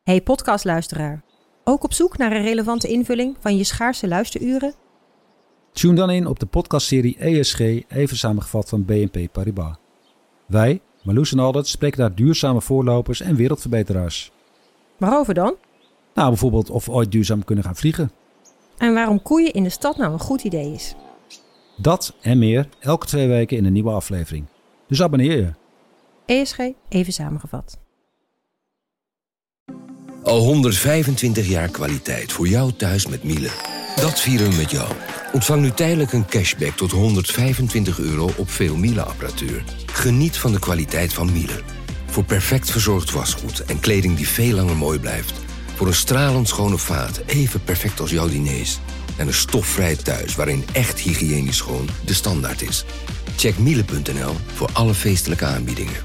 Hey podcastluisteraar, ook op zoek naar een relevante invulling van je schaarse luisteruren? Tune dan in op de podcastserie ESG, even samengevat van BNP Paribas. Wij, Marloes en Aldert, spreken daar duurzame voorlopers en wereldverbeteraars. Waarover dan? Nou, bijvoorbeeld of we ooit duurzaam kunnen gaan vliegen. En waarom koeien in de stad nou een goed idee is. Dat en meer elke 2 weken in een nieuwe aflevering. Dus abonneer je. ESG, even samengevat. Al 125 jaar kwaliteit voor jou thuis met Miele. Dat vieren we met jou. Ontvang nu tijdelijk een cashback tot €125 op veel Miele-apparatuur. Geniet van de kwaliteit van Miele. Voor perfect verzorgd wasgoed en kleding die veel langer mooi blijft. Voor een stralend schone vaat, even perfect als jouw diners. En een stofvrij thuis waarin echt hygiënisch schoon de standaard is. Check miele.nl voor alle feestelijke aanbiedingen.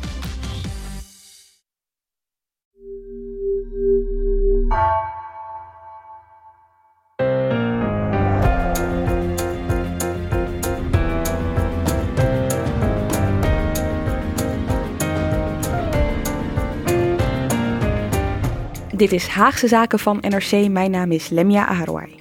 Dit is Haagse Zaken van NRC. Mijn naam is Lemia Aharouai.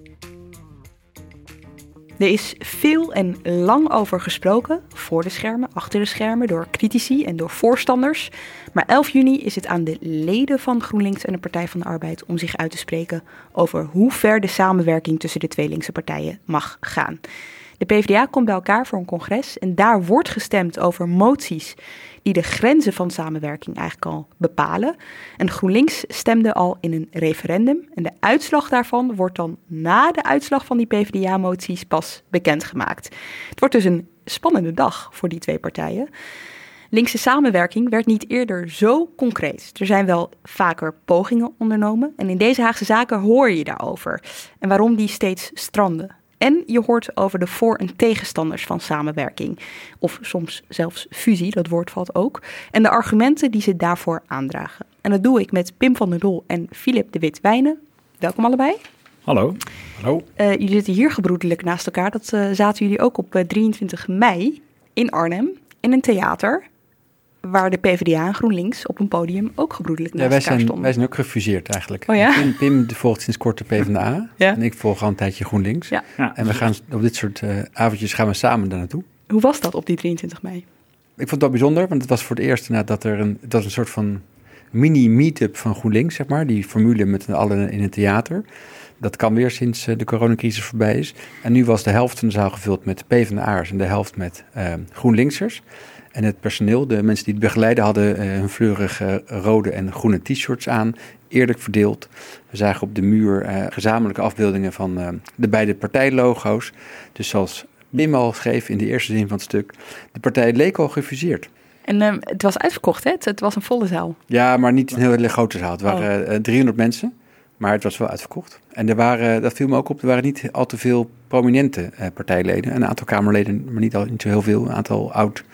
Er is veel en lang over gesproken, voor de schermen, achter de schermen, door critici en door voorstanders. Maar 11 juni is het aan de leden van GroenLinks en de Partij van de Arbeid om zich uit te spreken over hoe ver de samenwerking tussen de twee linkse partijen mag gaan. De PvdA komt bij elkaar voor een congres en daar wordt gestemd over moties die de grenzen van samenwerking eigenlijk al bepalen. En GroenLinks stemde al in een referendum. En de uitslag daarvan wordt dan na de uitslag van die PvdA-moties pas bekendgemaakt. Het wordt dus een spannende dag voor die twee partijen. Linkse samenwerking werd niet eerder zo concreet. Er zijn wel vaker pogingen ondernomen. En in deze Haagse Zaken hoor je daarover. En waarom die steeds stranden. En je hoort over de voor- en tegenstanders van samenwerking. Of soms zelfs fusie, dat woord valt ook. En de argumenten die ze daarvoor aandragen. En dat doe ik met Pim van der Doel en Philip de Wit-Wijnen. Welkom allebei. Hallo. Hallo. Jullie zitten hier gebroedelijk naast elkaar. Dat zaten jullie ook op 23 mei in Arnhem in een theater. Waar de PvdA en GroenLinks op een podium ook gebroedelijk naast elkaar stonden. Wij zijn ook gefuseerd eigenlijk. Oh ja? Pim volgt sinds kort de PvdA en ik volg al een tijdje GroenLinks. Ja. En we gaan op dit soort avondjes gaan we samen daar naartoe. Hoe was dat op die 23 mei? Ik vond het wel bijzonder, want het was voor het eerst dat het was een soort van mini-meetup van GroenLinks, zeg maar. Die formule met z'n allen in het theater. Dat kan weer sinds de coronacrisis voorbij is. En nu was de helft van de zaal gevuld met PvdA'ers en de helft met GroenLinksers. En het personeel, de mensen die het begeleiden, hadden hun fleurige rode en groene t-shirts aan. Eerlijk verdeeld. We zagen op de muur gezamenlijke afbeeldingen van de beide partijlogo's. Dus zoals Pim al schreef in de eerste zin van het stuk, de partij leek al gefuseerd. En het was uitverkocht, hè? Het was een volle zaal. Ja, maar niet een hele grote zaal. Het waren 300 mensen, maar het was wel uitverkocht. En dat viel me ook op, er waren niet al te veel prominente partijleden. Een aantal Kamerleden, maar niet zo heel veel. Een aantal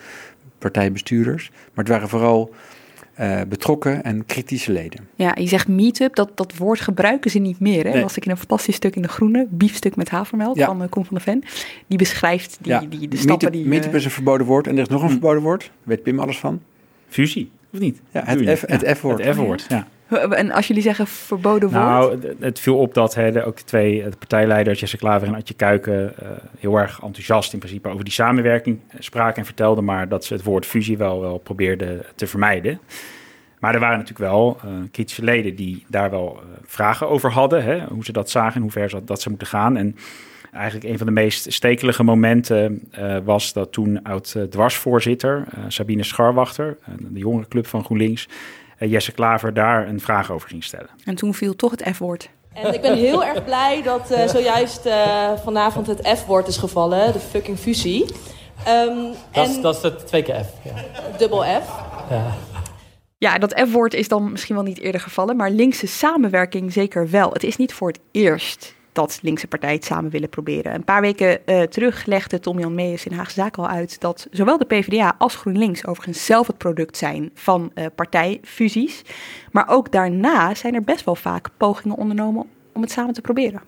oud-partijbestuurders. Maar het waren vooral betrokken en kritische leden. Ja, je zegt meet-up, dat woord gebruiken ze niet meer. Hè? Nee. Was ik in een fantastisch stuk in De Groene, biefstuk met havermelk van Koen van der Ven. Die beschrijft de stappen die... Meet-up is een verboden woord en er is nog een verboden woord. Weet Pim alles van? Fusie, of niet? Ja, het F-woord. Het F-woord, ja. En als jullie zeggen verboden woord? Nou, het viel op dat ook de partijleiders, Jesse Klaver en Adje Kuiken, heel erg enthousiast in principe over die samenwerking spraken en vertelden, maar dat ze het woord fusie wel probeerden te vermijden. Maar er waren natuurlijk wel kritische leden die daar wel vragen over hadden, hè, hoe ze dat zagen en hoe ver dat ze moeten gaan. En eigenlijk een van de meest stekelige momenten was dat toen oud-dwarsvoorzitter Sabine Scharwachter, de jongerenclub van GroenLinks, Jesse Klaver daar een vraag over ging stellen. En toen viel toch het F-woord. En ik ben heel erg blij dat zojuist vanavond het F-woord is gevallen, de fucking fusie. Dat is het 2 keer F. Ja. Dubbel F. Ja. Ja, dat F-woord is dan misschien wel niet eerder gevallen, maar linkse samenwerking zeker wel. Het is niet voor het eerst dat linkse partijen het samen willen proberen. Een paar weken terug legde Tom-Jan Meijers in Haagse Zaken al uit dat zowel de PvdA als GroenLinks overigens zelf het product zijn van partijfusies. Maar ook daarna zijn er best wel vaak pogingen ondernomen om het samen te proberen.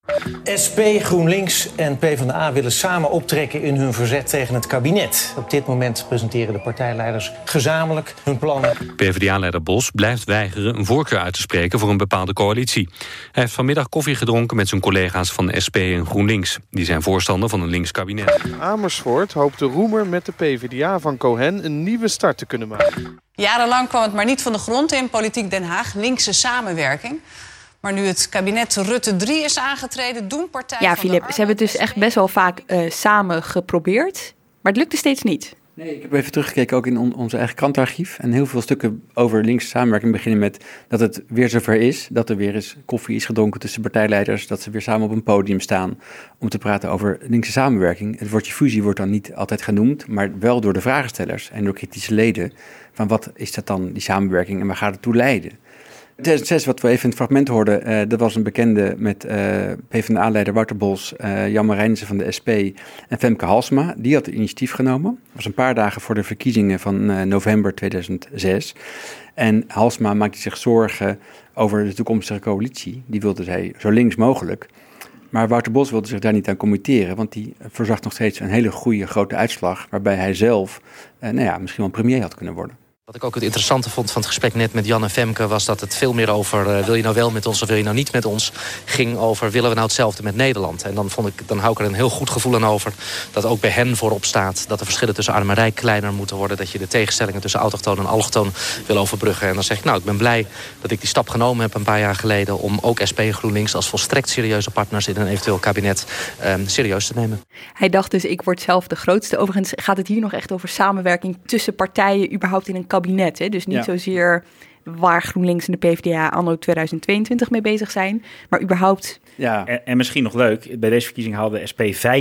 SP, GroenLinks en PvdA willen samen optrekken in hun verzet tegen het kabinet. Op dit moment presenteren de partijleiders gezamenlijk hun plannen. PvdA-leider Bos blijft weigeren een voorkeur uit te spreken voor een bepaalde coalitie. Hij heeft vanmiddag koffie gedronken met zijn collega's van de SP en GroenLinks. Die zijn voorstander van een links kabinet. Amersfoort hoopt de Roemer met de PvdA van Cohen een nieuwe start te kunnen maken. Jarenlang kwam het maar niet van de grond in politiek Den Haag, linkse samenwerking. Maar nu het kabinet Rutte 3 is aangetreden, doen partijen... Ja, Filip, ze hebben het dus echt best wel vaak samen geprobeerd. Maar het lukte steeds niet. Nee, ik heb even teruggekeken ook in onze eigen krantenarchief. En heel veel stukken over linkse samenwerking beginnen met dat het weer zover is. Dat er weer eens koffie is gedronken tussen partijleiders. Dat ze weer samen op een podium staan om te praten over linkse samenwerking. Het woordje fusie wordt dan niet altijd genoemd, maar wel door de vragenstellers en door kritische leden. Van wat is dat dan, die samenwerking, en waar gaat het toe leiden? 2006, wat we even in het fragment hoorden, dat was een bekende met PvdA-leider Wouter Bos, Jan Marijnissen van de SP en Femke Halsema. Die had het initiatief genomen. Dat was een paar dagen voor de verkiezingen van november 2006. En Halsema maakte zich zorgen over de toekomstige coalitie. Die wilde zij zo links mogelijk. Maar Wouter Bos wilde zich daar niet aan committeren, want die voorzag nog steeds een hele goede grote uitslag, waarbij hij zelf misschien wel premier had kunnen worden. Wat ik ook het interessante vond van het gesprek net met Jan en Femke was dat het veel meer over wil je nou wel met ons of wil je nou niet met ons ging over willen we nou hetzelfde met Nederland. En dan hou ik er een heel goed gevoel aan over dat ook bij hen voorop staat dat de verschillen tussen arm en rijk kleiner moeten worden, dat je de tegenstellingen tussen autochtoon en allochtoon wil overbruggen. En dan zeg ik ik ben blij dat ik die stap genomen heb een paar jaar geleden om ook SP en GroenLinks als volstrekt serieuze partners in een eventueel kabinet serieus te nemen. Hij dacht dus ik word zelf de grootste. Overigens gaat het hier nog echt over samenwerking tussen partijen überhaupt in een kabinet. Hè? Dus niet zozeer waar GroenLinks en de PvdA anno 2022 mee bezig zijn, maar überhaupt... Ja. En misschien nog leuk, bij deze verkiezing haalde de SP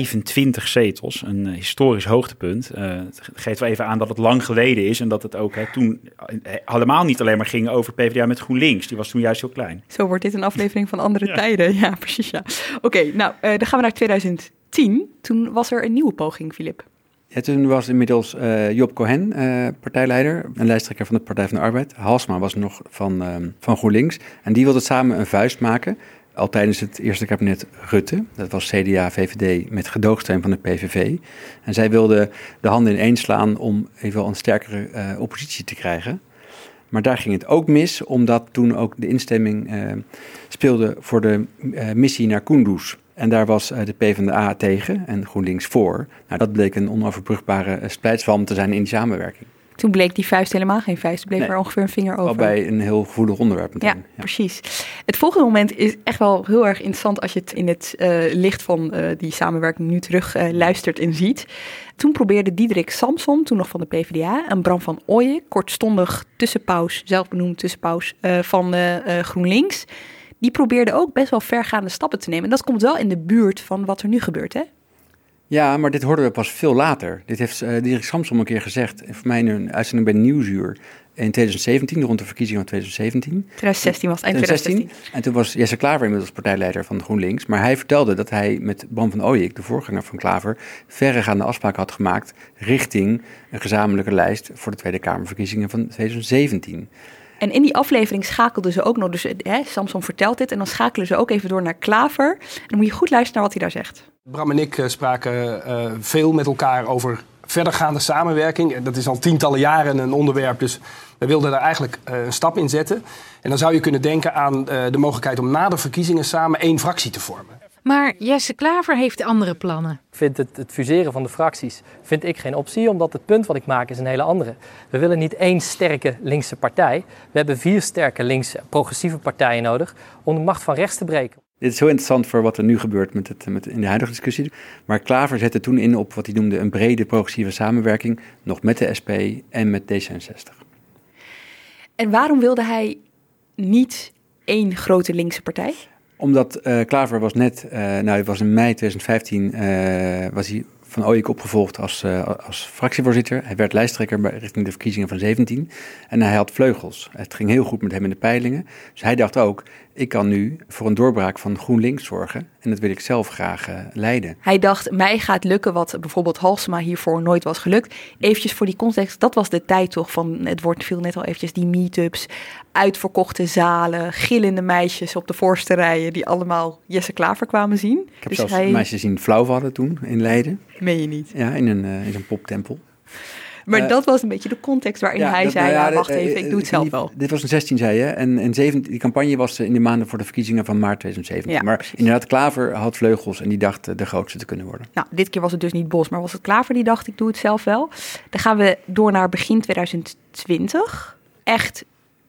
25 zetels, een historisch hoogtepunt. Het geeft wel even aan dat het lang geleden is en dat het ook toen helemaal niet alleen maar ging over PvdA met GroenLinks. Die was toen juist heel klein. Zo wordt dit een aflevering van andere tijden. Ja, precies. Ja. Oké, dan gaan we naar 2010. Toen was er een nieuwe poging, Filip. Ja, toen was inmiddels Job Cohen partijleider en lijsttrekker van de Partij van de Arbeid. Halsema was nog van GroenLinks. En die wilde samen een vuist maken, al tijdens het eerste kabinet Rutte. Dat was CDA, VVD met gedoogsteun van de PVV. En zij wilden de handen ineen slaan om even een sterkere oppositie te krijgen. Maar daar ging het ook mis, omdat toen ook de instemming speelde voor de missie naar Kunduz. En daar was de PvdA tegen en GroenLinks voor. Nou, dat bleek een onoverbrugbare splijtswam te zijn in die samenwerking. Toen bleek die vuist helemaal geen vuist. Er bleef er ongeveer een vinger over. Al bij een heel gevoelig onderwerp meteen. Ja, precies. Het volgende moment is echt wel heel erg interessant als je het in het licht van die samenwerking nu terug luistert en ziet. Toen probeerde Diederik Samsom, toen nog van de PvdA, en Bram van Ooyen, kortstondig tussenpaus, zelfbenoemd tussenpaus van GroenLinks, die probeerde ook best wel vergaande stappen te nemen. En dat komt wel in de buurt van wat er nu gebeurt, hè? Ja, maar dit hoorden we pas veel later. Dit heeft Diederik Samsom een keer gezegd. Voor mij in een uitzending bij Nieuwsuur in 2017, rond de verkiezingen van 2017. 2016 was het, eind 2016. En toen was Jesse Klaver inmiddels partijleider van GroenLinks. Maar hij vertelde dat hij met Bram van Ooyek, de voorganger van Klaver, verregaande afspraken had gemaakt richting een gezamenlijke lijst voor de Tweede Kamerverkiezingen van 2017. En in die aflevering schakelden ze ook nog, dus Samsom vertelt dit, en dan schakelen ze ook even door naar Klaver. En dan moet je goed luisteren naar wat hij daar zegt. Bram en ik spraken veel met elkaar over verdergaande samenwerking. Dat is al tientallen jaren een onderwerp, dus we wilden daar eigenlijk een stap in zetten. En dan zou je kunnen denken aan de mogelijkheid om na de verkiezingen samen één fractie te vormen. Maar Jesse Klaver heeft andere plannen. Ik vind het fuseren van de fracties vind ik geen optie, omdat het punt wat ik maak is een hele andere. We willen niet één sterke linkse partij. We hebben 4 sterke linkse progressieve partijen nodig om de macht van rechts te breken. Dit is heel interessant voor wat er nu gebeurt in de huidige discussie. Maar Klaver zette toen in op wat hij noemde een brede progressieve samenwerking, nog met de SP en met D66. En waarom wilde hij niet één grote linkse partij? Omdat Klaver was net, hij was in mei 2015 was hij Van Ooyek opgevolgd als fractievoorzitter. Hij werd lijsttrekker richting de verkiezingen van 2017. En hij had vleugels. Het ging heel goed met hem in de peilingen. Dus hij dacht ook, ik kan nu voor een doorbraak van GroenLinks zorgen. En dat wil ik zelf graag leiden. Hij dacht, mij gaat lukken wat bijvoorbeeld Halsema hiervoor nooit was gelukt. Eventjes voor die context, dat was de tijd toch van, het woord viel net al eventjes, die meetups, uitverkochte zalen, gillende meisjes op de voorste rijen die allemaal Jesse Klaver kwamen zien. Ik heb zelfs meisjes zien flauwvallen toen in Leiden. Meen je niet? Ja, in een poptempel. Maar dat was een beetje de context waarin hij zei, wacht even, ik doe het zelf wel. Dit was in 16, zei je. En 17, die campagne was in de maanden voor de verkiezingen van maart 2017. Ja, maar precies. Inderdaad, Klaver had vleugels en die dacht de grootste te kunnen worden. Nou, dit keer was het dus niet Bos, maar was het Klaver die dacht, ik doe het zelf wel. Dan gaan we door naar begin 2020. Echt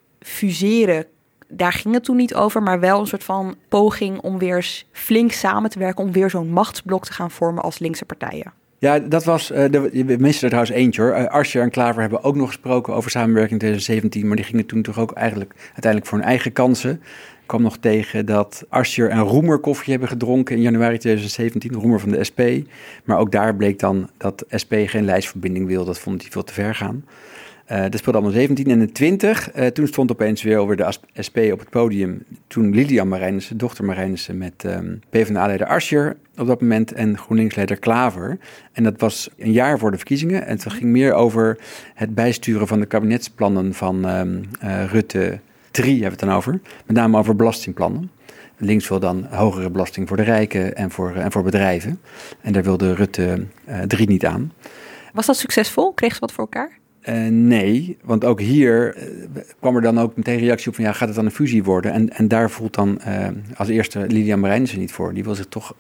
fuseren, daar ging het toen niet over, maar wel een soort van poging om weer flink samen te werken, om weer zo'n machtsblok te gaan vormen als linkse partijen. Ja, dat was, we missen er trouwens eentje hoor. Asscher en Klaver hebben ook nog gesproken over samenwerking in 2017, maar die gingen toen toch ook uiteindelijk voor hun eigen kansen. Ik kwam nog tegen dat Asscher en Roemer koffie hebben gedronken in januari 2017, Roemer van de SP. Maar ook daar bleek dan dat SP geen lijstverbinding wil, dat vond hij veel te ver gaan. Dat speelde allemaal 17 en in 20. Toen stond opeens weer alweer de SP op het podium. Toen Lilian Marijnissen, dochter Marijnissen, met PvdA-leider Asscher op dat moment en GroenLinks-leider Klaver. En dat was een jaar voor de verkiezingen. En het ging meer over het bijsturen van de kabinetsplannen van Rutte 3, hebben we het dan over. Met name over belastingplannen. Links wil dan hogere belasting voor de rijken en voor bedrijven. En daar wilde Rutte 3 niet aan. Was dat succesvol? Kreeg ze wat voor elkaar? Nee, want ook hier kwam er dan ook meteen reactie op van gaat het dan een fusie worden? En daar voelt dan als eerste Lilian Marijnissen niet voor. Die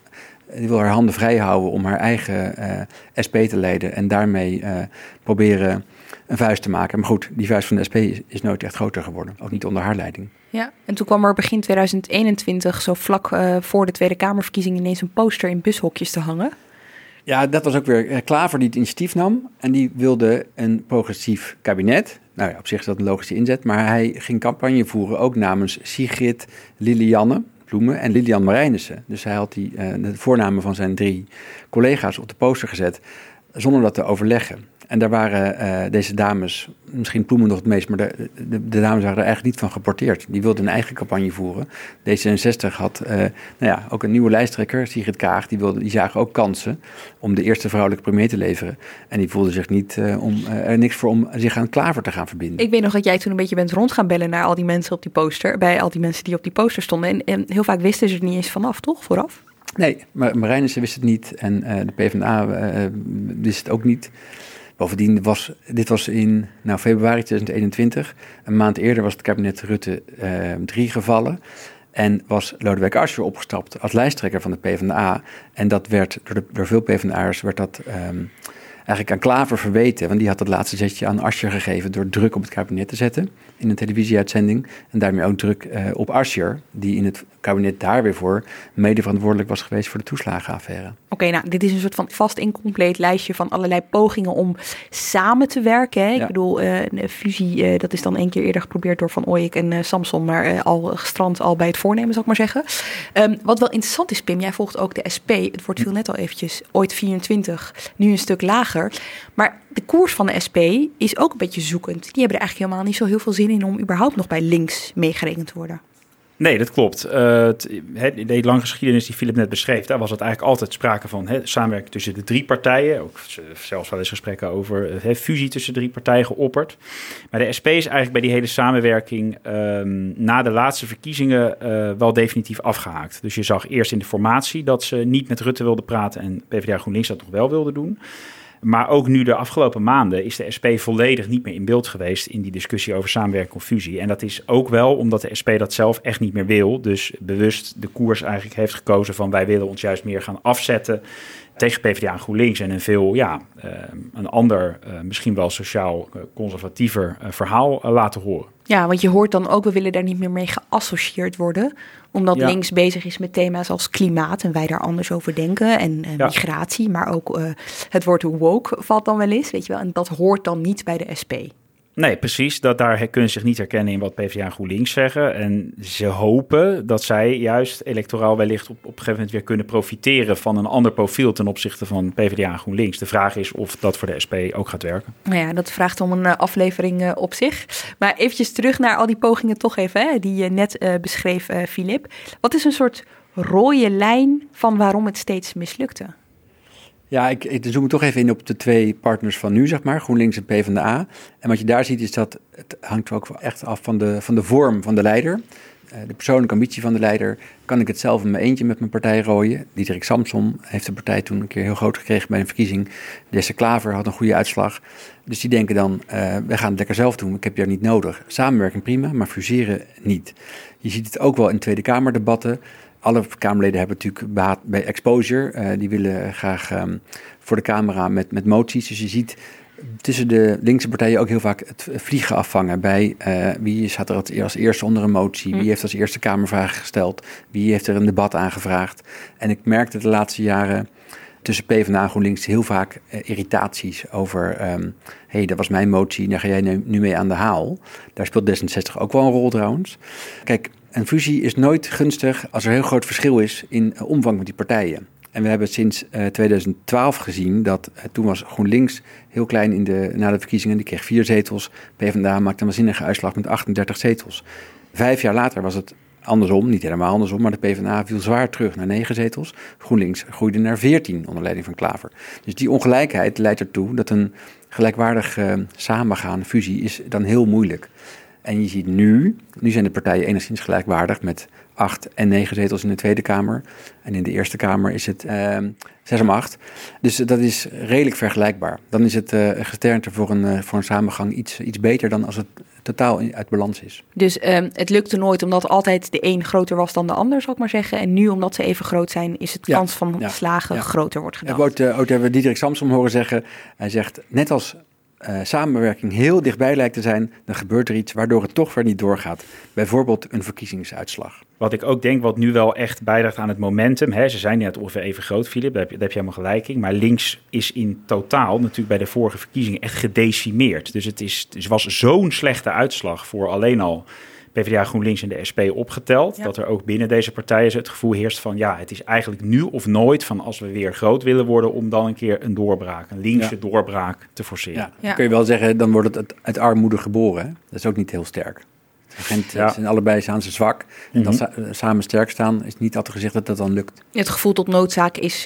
wil haar handen vrij houden om haar eigen SP te leiden en daarmee proberen een vuist te maken. Maar goed, die vuist van de SP is nooit echt groter geworden, ook niet onder haar leiding. Ja, en toen kwam er begin 2021, zo vlak voor de Tweede Kamerverkiezingen, ineens een poster in bushokjes te hangen. Ja, dat was ook weer Klaver die het initiatief nam. En die wilde een progressief kabinet. Nou ja, op zich is dat een logische inzet. Maar hij ging campagne voeren ook namens Sigrid, Lilianne Ploemen en Lilian Marijnissen. Dus hij had de voornamen van zijn 3 collega's op de poster gezet, zonder dat te overleggen. En daar waren deze dames, misschien Ploemen nog het meest, maar de dames waren er eigenlijk niet van geporteerd. Die wilden een eigen campagne voeren. D66 had ook een nieuwe lijsttrekker, Sigrid Kaag, die zagen ook kansen om de eerste vrouwelijke premier te leveren. En die voelden zich niet er niks voor om zich aan Klaver te gaan verbinden. Ik weet nog dat jij toen een beetje bent rond gaan bellen naar al die mensen op die poster, bij al die mensen die op die poster stonden. En heel vaak wisten ze er niet eens vanaf, toch? Vooraf? Nee, maar Marijnissen wist het niet en de PvdA wist het ook niet. Bovendien dit was in februari 2021. Een maand eerder was het kabinet Rutte 3 gevallen. En was Lodewijk Asscher opgestapt als lijsttrekker van de PvdA. En dat werd door veel PvdA'ers eigenlijk aan Klaver verweten. Want die had het laatste zetje aan Asscher gegeven door druk op het kabinet te zetten in een televisieuitzending. En daarmee ook druk op Asscher, die in het kabinet daar weer voor mede verantwoordelijk was geweest voor de toeslagenaffaire. Oké, nou, dit is een soort van vast incompleet lijstje van allerlei pogingen om samen te werken. Hè? Ja. Ik bedoel, een fusie, dat is dan 1 keer eerder geprobeerd door Van Ooyek en Samson, maar al gestrand bij het voornemen, zal ik maar zeggen. Wat wel interessant is, Pim, jij volgt ook de SP. Het woord viel net al eventjes, ooit 24, nu een stuk lager. Maar de koers van de SP is ook een beetje zoekend. Die hebben er eigenlijk helemaal niet zo heel veel zin in om überhaupt nog bij links meegerekend te worden. Nee, dat klopt. De lange geschiedenis die Philip net beschreef, daar was het eigenlijk altijd sprake van samenwerking tussen de 3 partijen. Ook zelfs wel eens gesprekken over fusie tussen 3 partijen geopperd. Maar de SP is eigenlijk bij die hele samenwerking na de laatste verkiezingen wel definitief afgehaakt. Dus je zag eerst in de formatie dat ze niet met Rutte wilden praten en PvdA GroenLinks dat nog wel wilde doen. Maar ook nu de afgelopen maanden is de SP volledig niet meer in beeld geweest in die discussie over samenwerking of fusie. En dat is ook wel omdat de SP dat zelf echt niet meer wil. Dus bewust de koers eigenlijk heeft gekozen van wij willen ons juist meer gaan afzetten tegen PvdA en GroenLinks en een veel, een ander, misschien wel sociaal conservatiever verhaal laten horen. Ja, want je hoort dan ook, we willen daar niet meer mee geassocieerd worden. Omdat links bezig is met thema's als klimaat en wij daar anders over denken. En migratie, maar ook het woord woke valt dan wel eens, weet je wel. En dat hoort dan niet bij de SP. Nee, precies. Daar kunnen ze zich niet herkennen in wat PvdA en GroenLinks zeggen. En ze hopen dat zij juist electoraal wellicht op een gegeven moment weer kunnen profiteren van een ander profiel ten opzichte van PvdA en GroenLinks. De vraag is of dat voor de SP ook gaat werken. Nou ja, dat vraagt om een aflevering op zich. Maar eventjes terug naar al die pogingen toch even, die je net beschreef, Filip. Wat is een soort rode lijn van waarom het steeds mislukte? Ja, ik zoom toch even in op de twee partners van nu, zeg maar, GroenLinks en PvdA. En wat je daar ziet is dat het hangt ook echt af van de vorm van de leider. De persoonlijke ambitie van de leider. Kan ik het zelf in mijn eentje met mijn partij rooien? Diederik Samsom heeft de partij toen een keer heel groot gekregen bij een verkiezing. Jesse Klaver had een goede uitslag. Dus die denken dan, wij gaan het lekker zelf doen. Ik heb jou niet nodig. Samenwerking prima, maar fuseren niet. Je ziet het ook wel in Tweede Kamerdebatten. Alle Kamerleden hebben natuurlijk baat bij exposure. Die willen graag voor de camera met moties. Dus je ziet tussen de linkse partijen ook heel vaak het vliegen afvangen. Bij wie staat er als eerste onder een motie? Wie heeft als eerste Kamervragen gesteld? Wie heeft er een debat aangevraagd? En ik merkte de laatste jaren tussen PvdA en GroenLinks heel vaak irritaties over... dat was mijn motie, daar ga jij nu mee aan de haal. Daar speelt D66 ook wel een rol trouwens. Kijk, een fusie is nooit gunstig als er heel groot verschil is in omvang met die partijen. En we hebben sinds 2012 gezien dat toen was GroenLinks heel klein na de verkiezingen. Die kreeg 4 zetels. PvdA maakte een waanzinnige uitslag met 38 zetels. 5 jaar later was het andersom, niet helemaal andersom, maar de PvdA viel zwaar terug naar 9 zetels. GroenLinks groeide naar 14 onder leiding van Klaver. Dus die ongelijkheid leidt ertoe dat een gelijkwaardig samengaan, fusie, is dan heel moeilijk. En je ziet nu zijn de partijen enigszins gelijkwaardig met 8 en 9 zetels in de Tweede Kamer. En in de Eerste Kamer is het 6 om 8. Dus dat is redelijk vergelijkbaar. Dan is het gesternte voor een samengang iets beter dan als het totaal uit balans is. Dus het lukte nooit omdat altijd de een groter was dan de ander, zal ik maar zeggen. En nu, omdat ze even groot zijn, is het kans van slagen groter wordt gedacht. Ook hebben we Diederik Samsom horen zeggen. Hij zegt, net als samenwerking heel dichtbij lijkt te zijn, dan gebeurt er iets waardoor het toch weer niet doorgaat. Bijvoorbeeld een verkiezingsuitslag. Wat ik ook denk, wat nu wel echt bijdraagt aan het momentum. Hè, ze zijn net ongeveer even groot, Filip, daar heb je helemaal gelijk in. Maar links is in totaal natuurlijk bij de vorige verkiezingen echt gedecimeerd. Dus het was zo'n slechte uitslag voor alleen al PvdA, GroenLinks en de SP opgeteld. Ja. Dat er ook binnen deze partijen het gevoel heerst van het is eigenlijk nu of nooit van als we weer groot willen worden om dan een keer een doorbraak, een linkse doorbraak te forceren. Ja. Dan kun je wel zeggen, dan wordt het uit armoede geboren. Hè? Dat is ook niet heel sterk. Zijn allebei staan ze zwak. En dan samen sterk staan is niet altijd gezegd dat dat dan lukt. Het gevoel tot noodzaak is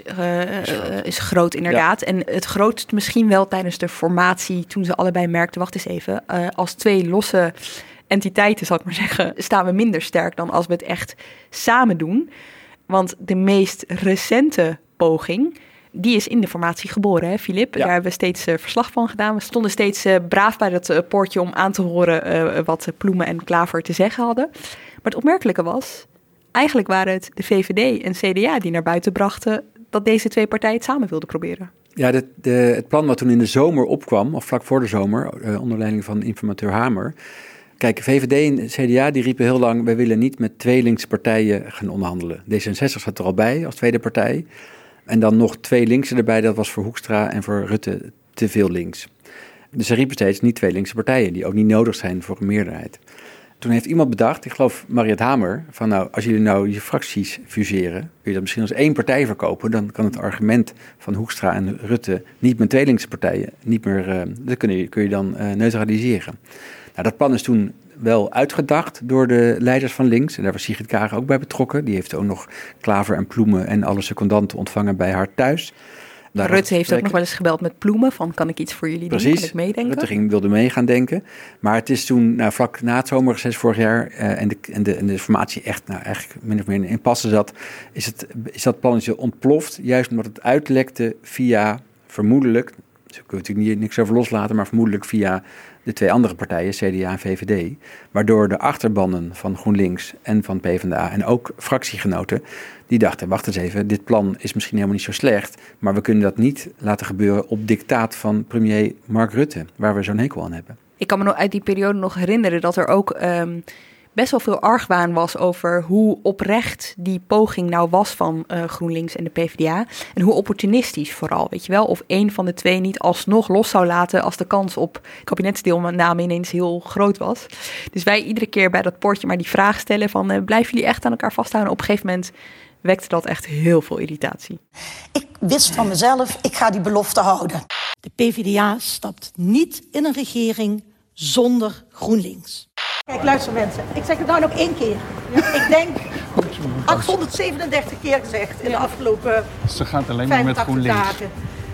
groot inderdaad. Ja. En het grootst misschien wel tijdens de formatie toen ze allebei merkten, wacht eens even, als 2 losse entiteiten, zal ik maar zeggen, staan we minder sterk dan als we het echt samen doen. Want de meest recente poging, die is in de formatie geboren, hè, Filip? Ja. Daar hebben we steeds verslag van gedaan. We stonden steeds braaf bij dat poortje om aan te horen wat Ploemen en Klaver te zeggen hadden. Maar het opmerkelijke was, eigenlijk waren het de VVD en CDA die naar buiten brachten dat deze 2 partijen het samen wilden proberen. Ja, het plan wat toen in de zomer opkwam, of vlak voor de zomer, onder leiding van informateur Hamer. Kijk, VVD en CDA die riepen heel lang, wij willen niet met 2 linkse partijen gaan onderhandelen. D66 zat er al bij als tweede partij. En dan nog 2 linkse erbij, dat was voor Hoekstra en voor Rutte te veel links. Dus ze riepen steeds niet 2 linkse partijen, die ook niet nodig zijn voor een meerderheid. Toen heeft iemand bedacht, ik geloof Mariette Hamer, van als jullie je fracties fuseren, kun je dat misschien als 1 partij verkopen, dan kan het argument van Hoekstra en Rutte niet met 2 linkse partijen, niet meer, dat kun je dan neutraliseren. Nou, dat plan is toen wel uitgedacht door de leiders van links. En daar was Sigrid Kaag ook bij betrokken. Die heeft ook nog Klaver en Ploemen en alle secondanten ontvangen bij haar thuis. Rutte heeft ook nog wel eens gebeld met Ploemen van kan ik iets voor jullie doen? Kan ik meedenken? Rutte wilde mee gaan denken. Maar het is toen vlak na het zomerreces vorig jaar en de formatie echt eigenlijk min of meer in impasse zat, is dat plannetje ontploft. Juist omdat het uitlekte via vermoedelijk, dus ik wil natuurlijk niks over loslaten, maar vermoedelijk via de 2 andere partijen, CDA en VVD, waardoor de achterbannen van GroenLinks en van PvdA en ook fractiegenoten, die dachten, wacht eens even, dit plan is misschien helemaal niet zo slecht, maar we kunnen dat niet laten gebeuren op dictaat van premier Mark Rutte, waar we zo'n hekel aan hebben. Ik kan me nog uit die periode nog herinneren dat er ook best wel veel argwaan was over hoe oprecht die poging nou was van GroenLinks en de PvdA. En hoe opportunistisch vooral, weet je wel. Of een van de twee niet alsnog los zou laten als de kans op kabinetsdeelname ineens heel groot was. Dus wij iedere keer bij dat poortje maar die vraag stellen van blijven jullie echt aan elkaar vasthouden? Op een gegeven moment wekte dat echt heel veel irritatie. Ik wist van mezelf, ik ga die belofte houden. De PvdA stapt niet in een regering zonder GroenLinks. Kijk, luister mensen, ik zeg het nou nog 1 keer. Ik denk 837 keer gezegd in de afgelopen Ze gaat alleen maar met GroenLinks. dagen.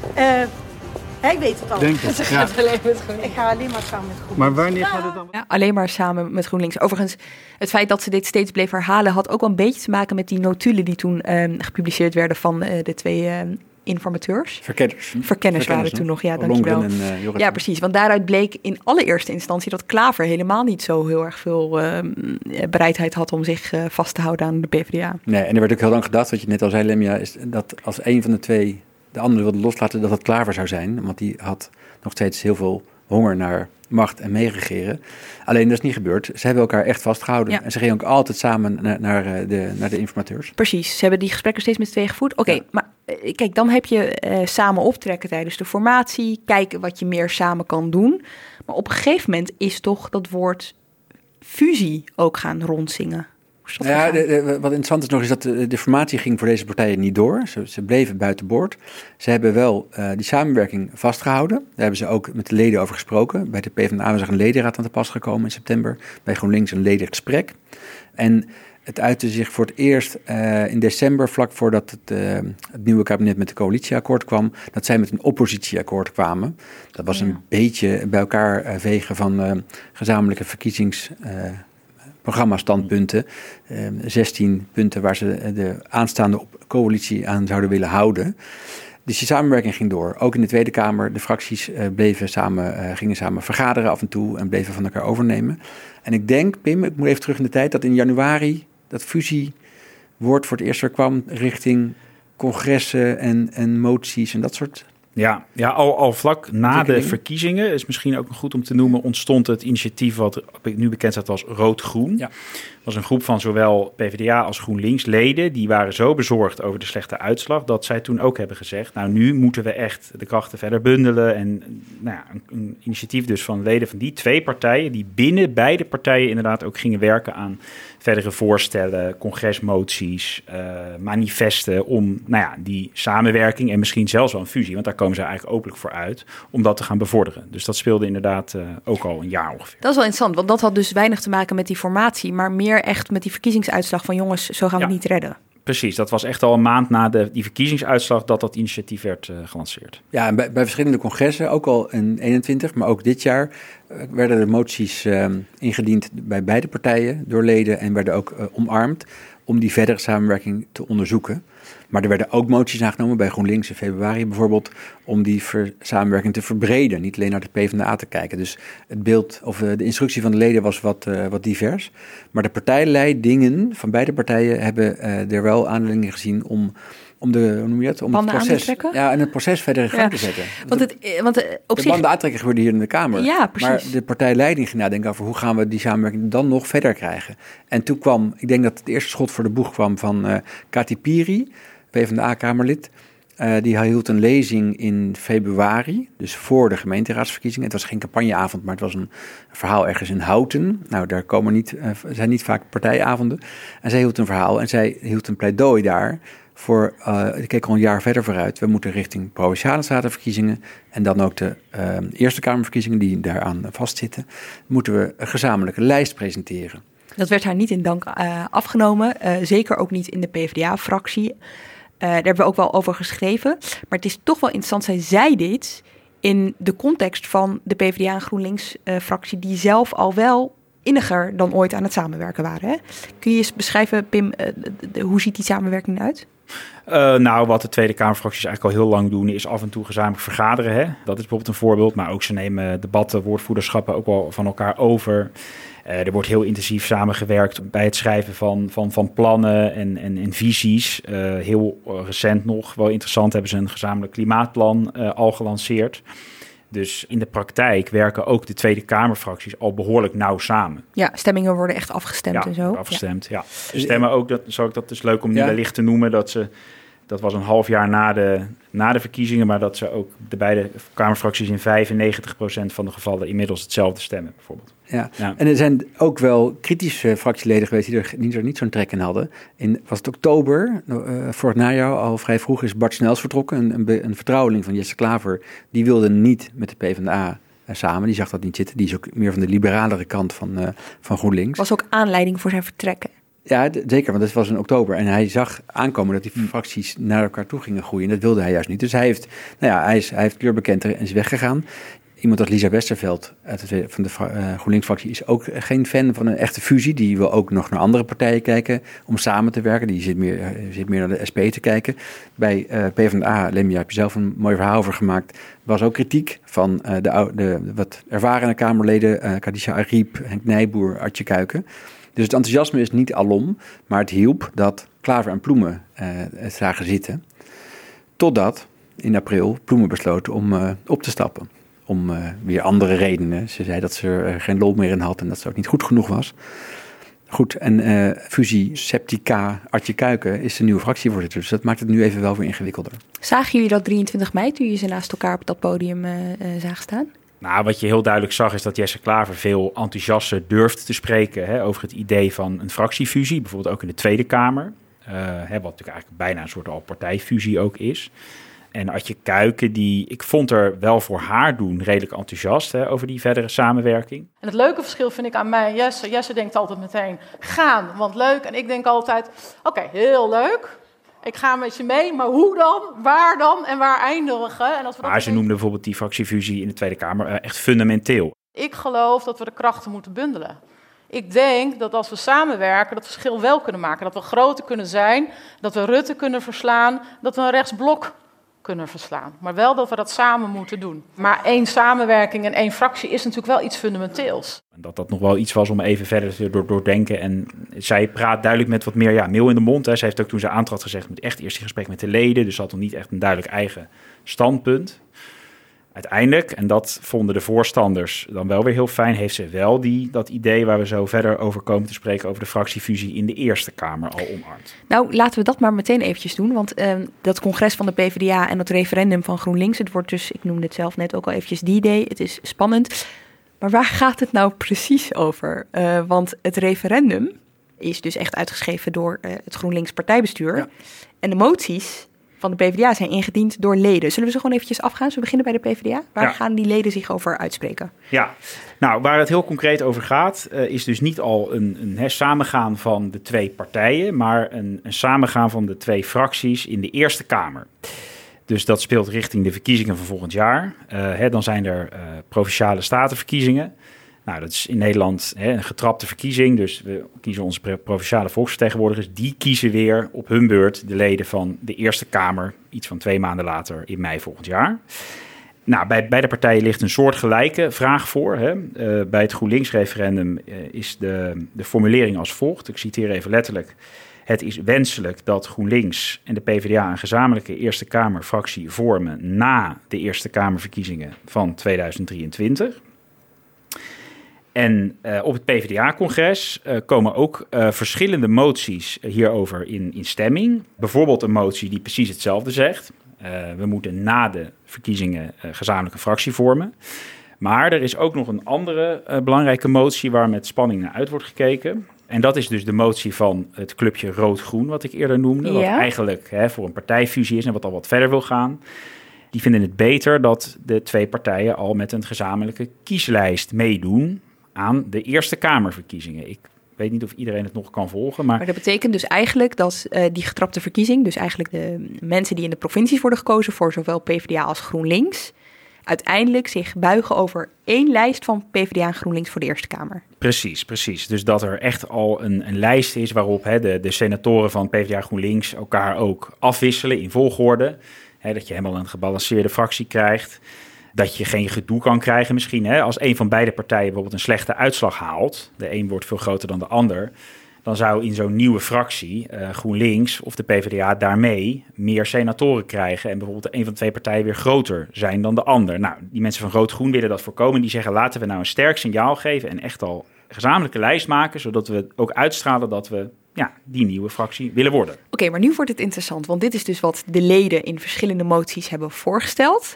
Hij weet het al. Denk het, Ze gaat alleen met GroenLinks. Ik ga alleen maar samen met GroenLinks. Maar wanneer gaat het dan? Ja, alleen maar samen met GroenLinks. Overigens, het feit dat ze dit steeds bleef herhalen had ook wel een beetje te maken met die notulen die toen gepubliceerd werden van de 2 informateurs. Verkenners waren toen nog, ja, dankjewel. En, ja, precies. Want daaruit bleek in allereerste instantie dat Klaver helemaal niet zo heel erg veel bereidheid had om zich vast te houden aan de PvdA. Nee, en er werd ook heel lang gedacht, wat je net al zei, Lemja, is dat als een van de 2 de andere wilde loslaten, dat het Klaver zou zijn. Want die had nog steeds heel veel honger naar macht en meeregeren. Alleen dat is niet gebeurd. Ze hebben elkaar echt vastgehouden. Ja. En ze gingen ook altijd samen naar de informateurs. Precies. Ze hebben die gesprekken steeds met 2 gevoerd. Oké, maar kijk, dan heb je samen optrekken tijdens de formatie. Kijken wat je meer samen kan doen. Maar op een gegeven moment is toch dat woord fusie ook gaan rondzingen. Ja, wat interessant is nog is dat de formatie ging voor deze partijen niet door. Ze bleven buiten boord. Ze hebben wel die samenwerking vastgehouden. Daar hebben ze ook met de leden over gesproken. Bij de PvdA was er een ledenraad aan te pas gekomen in september. Bij GroenLinks een ledengesprek. En het uitte zich voor het eerst in december, vlak voordat het nieuwe kabinet met de coalitieakkoord kwam, dat zij met een oppositieakkoord kwamen. Dat was een beetje bij elkaar vegen van gezamenlijke verkiezingsprogramma-standpunten. 16 punten waar ze de aanstaande coalitie aan zouden willen houden. Dus die samenwerking ging door. Ook in de Tweede Kamer. De fracties gingen samen vergaderen af en toe en bleven van elkaar overnemen. En ik denk, Pim, ik moet even terug in de tijd, dat in januari dat fusiewoord voor het eerst weer kwam richting congressen en moties en dat soort. Ja, al vlak na de verkiezingen, is misschien ook goed om te noemen, ontstond het initiatief wat nu bekend staat als Rood-Groen. Ja. Dat was een groep van zowel PvdA als GroenLinks leden. Die waren zo bezorgd over de slechte uitslag dat zij toen ook hebben gezegd, nou nu moeten we echt de krachten verder bundelen. En nou ja, een initiatief dus van leden van die 2 partijen, die binnen beide partijen inderdaad ook gingen werken aan verdere voorstellen, congresmoties, manifesten om die samenwerking en misschien zelfs wel een fusie, want daar komen ze eigenlijk openlijk voor uit, om dat te gaan bevorderen. Dus dat speelde inderdaad ook al een jaar ongeveer. Dat is wel interessant, want dat had dus weinig te maken met die formatie, maar meer echt met die verkiezingsuitslag van jongens, zo gaan we het niet redden. Precies, dat was echt al een maand na die verkiezingsuitslag dat initiatief werd gelanceerd. Ja, en bij verschillende congressen, ook al in 21, maar ook dit jaar, werden er moties ingediend bij beide partijen door leden en werden ook omarmd om die verdere samenwerking te onderzoeken. Maar er werden ook moties aangenomen bij GroenLinks in februari bijvoorbeeld om die samenwerking te verbreden. Niet alleen naar de PvdA te kijken. Dus het beeld of de instructie van de leden was wat divers. Maar de partijleidingen van beide partijen hebben er wel aanleidingen gezien om het proces. Ja, en het proces verder in gang te zetten. De banden aantrekken gebeurde hier in de Kamer. Ja, precies. Maar de partijleiding ging nadenken over hoe gaan we die samenwerking dan nog verder krijgen. En toen kwam, ik denk dat het eerste schot voor de boeg kwam van Kati Piri, PvdA-Kamerlid. Die hield een lezing in februari, dus voor de gemeenteraadsverkiezingen. Het was geen campagneavond, maar het was een verhaal ergens in Houten. Nou, daar zijn niet vaak partijavonden. En zij hield een verhaal en zij hield een pleidooi daar voor, ik keek al een jaar verder vooruit. We moeten richting Provinciale Statenverkiezingen en dan ook de Eerste Kamerverkiezingen die daaraan vastzitten, moeten we een gezamenlijke lijst presenteren. Dat werd haar niet in dank afgenomen, zeker ook niet in de PvdA-fractie. Daar hebben we ook wel over geschreven. Maar het is toch wel interessant, zij zei dit in de context van de PvdA en GroenLinks-fractie, die zelf al wel inniger dan ooit aan het samenwerken waren. Hè? Kun je eens beschrijven, Pim, hoe ziet die samenwerking uit? Wat de Tweede Kamerfracties eigenlijk al heel lang doen, is af en toe gezamenlijk vergaderen. Hè? Dat is bijvoorbeeld een voorbeeld. Maar ook ze nemen debatten, woordvoerderschappen ook wel van elkaar over. Er wordt heel intensief samengewerkt bij het schrijven van plannen en visies. Heel recent nog, wel interessant, hebben ze een gezamenlijk klimaatplan al gelanceerd. Dus in de praktijk werken ook de Tweede Kamerfracties al behoorlijk nauw samen. Ja, stemmingen worden echt afgestemd en zo. Afgestemd, ja. Ze stemmen ook, dat is leuk om nu wellicht te noemen, dat was een half jaar na de verkiezingen, maar dat ze ook de beide Kamerfracties in 95% van de gevallen inmiddels hetzelfde stemmen, bijvoorbeeld. Ja. En er zijn ook wel kritische fractieleden geweest die er niet zo'n trek in hadden. Was het oktober, vorig najaar, al vrij vroeg, is Bart Snels vertrokken, een vertrouweling van Jesse Klaver. Die wilde niet met de PvdA samen, die zag dat niet zitten. Die is ook meer van de liberalere kant van GroenLinks. Was ook aanleiding voor zijn vertrekken. Ja, zeker, want dat was in oktober. En hij zag aankomen dat die fracties naar elkaar toe gingen groeien. Dat wilde hij juist niet. Dus hij heeft kleurbekend en is weggegaan. Iemand als Lisa Westerveld van de GroenLinks-fractie is ook geen fan van een echte fusie. Die wil ook nog naar andere partijen kijken om samen te werken. Die zit meer naar de SP te kijken. Bij PvdA, Lemia, heb je zelf een mooi verhaal over gemaakt. Was ook kritiek van de wat ervaren Kamerleden. Khadija Ariep, Henk Nijboer, Artje Kuiken. Dus het enthousiasme is niet alom, maar het hielp dat Klaver en Ploemen het zagen zitten. Totdat in april Ploemen besloot om op te stappen. Om weer andere redenen. Ze zei dat ze er geen lol meer in had en dat ze ook niet goed genoeg was. Goed, en fusie Septica Artje Kuiken is de nieuwe fractievoorzitter. Dus dat maakt het nu even wel weer ingewikkelder. Zagen jullie dat 23 mei toen je ze naast elkaar op dat podium zagen staan? Nou, wat je heel duidelijk zag is dat Jesse Klaver veel enthousiaster durft te spreken over het idee van een fractiefusie. Bijvoorbeeld ook in de Tweede Kamer. Wat natuurlijk eigenlijk bijna een soort al partijfusie ook is. En Artje Kuiken, ik vond er wel voor haar doen redelijk enthousiast over die verdere samenwerking. En het leuke verschil vind ik aan mij en Jesse. Jesse denkt altijd meteen gaan, want leuk. En ik denk altijd, oké, heel leuk. Ik ga met je mee, maar hoe dan? Waar dan? En waar eindigen? En als we maar ze noemde bijvoorbeeld die fractiefusie in de Tweede Kamer echt fundamenteel. Ik geloof dat we de krachten moeten bundelen. Ik denk dat als we samenwerken, dat we verschil wel kunnen maken. Dat we groter kunnen zijn, dat we Rutte kunnen verslaan, dat we een rechtsblok kunnen verslaan. Maar wel dat we dat samen moeten doen. Maar één samenwerking en één fractie is natuurlijk wel iets fundamenteels. Dat nog wel iets was om even verder te doordenken. En zij praat duidelijk met wat meer meel in de mond. Zij heeft ook toen ze aantrad gezegd, moet echt eerst in gesprek met de leden. Dus ze had nog niet echt een duidelijk eigen standpunt. Uiteindelijk, en dat vonden de voorstanders dan wel weer heel fijn, heeft ze wel dat idee waar we zo verder over komen te spreken over de fractiefusie in de Eerste Kamer al omarmd. Nou, laten we dat maar meteen eventjes doen, want dat congres van de PvdA en dat referendum van GroenLinks, het wordt dus, ik noemde het zelf net ook al eventjes D-Day, het is spannend. Maar waar gaat het nou precies over? Want het referendum is dus echt uitgeschreven door het GroenLinks partijbestuur. Ja. En de moties van de PvdA zijn ingediend door leden. Zullen we ze gewoon eventjes afgaan? Zullen we beginnen bij de PvdA? Waar gaan die leden zich over uitspreken? Ja, nou, waar het heel concreet over gaat, is dus niet al een samengaan van de twee partijen, maar een samengaan van de twee fracties in de Eerste Kamer. Dus dat speelt richting de verkiezingen van volgend jaar. Dan zijn er provinciale statenverkiezingen. Nou, dat is in Nederland een getrapte verkiezing. Dus we kiezen onze provinciale volksvertegenwoordigers. Die kiezen weer op hun beurt de leden van de Eerste Kamer, iets van 2 maanden later in mei volgend jaar. Nou, bij beide partijen ligt een soortgelijke vraag voor. Bij het GroenLinks-referendum is de formulering als volgt. Ik citeer even letterlijk. Het is wenselijk dat GroenLinks en de PvdA een gezamenlijke Eerste Kamerfractie vormen na de Eerste Kamerverkiezingen van 2023. En op het PvdA-congres komen ook verschillende moties hierover in stemming. Bijvoorbeeld een motie die precies hetzelfde zegt. We moeten na de verkiezingen gezamenlijke fractie vormen. Maar er is ook nog een andere belangrijke motie waar met spanning naar uit wordt gekeken. En dat is dus de motie van het clubje Rood-Groen, wat ik eerder noemde. Ja. Wat eigenlijk voor een partijfusie is en wat al wat verder wil gaan. Die vinden het beter dat de twee partijen al met een gezamenlijke kieslijst meedoen aan de Eerste Kamerverkiezingen. Ik weet niet of iedereen het nog kan volgen. Maar dat betekent dus eigenlijk dat die getrapte verkiezing, dus eigenlijk de mensen die in de provincies worden gekozen voor zowel PvdA als GroenLinks, uiteindelijk zich buigen over één lijst van PvdA en GroenLinks voor de Eerste Kamer. Precies. Dus dat er echt al een lijst is waarop de senatoren van PvdA en GroenLinks elkaar ook afwisselen in volgorde. Dat je helemaal een gebalanceerde fractie krijgt. Dat je geen gedoe kan krijgen misschien. Als een van beide partijen bijvoorbeeld een slechte uitslag haalt. De een wordt veel groter dan de ander. dan zou in zo'n nieuwe fractie GroenLinks of de PvdA daarmee meer senatoren krijgen en bijvoorbeeld een van de twee partijen weer groter zijn dan de ander. Nou, die mensen van Groot Groen willen dat voorkomen. Die zeggen, laten we nou een sterk signaal geven en echt al een gezamenlijke lijst maken, zodat we ook uitstralen dat we die nieuwe fractie willen worden. Oké, maar nu wordt het interessant, want dit is dus wat de leden in verschillende moties hebben voorgesteld.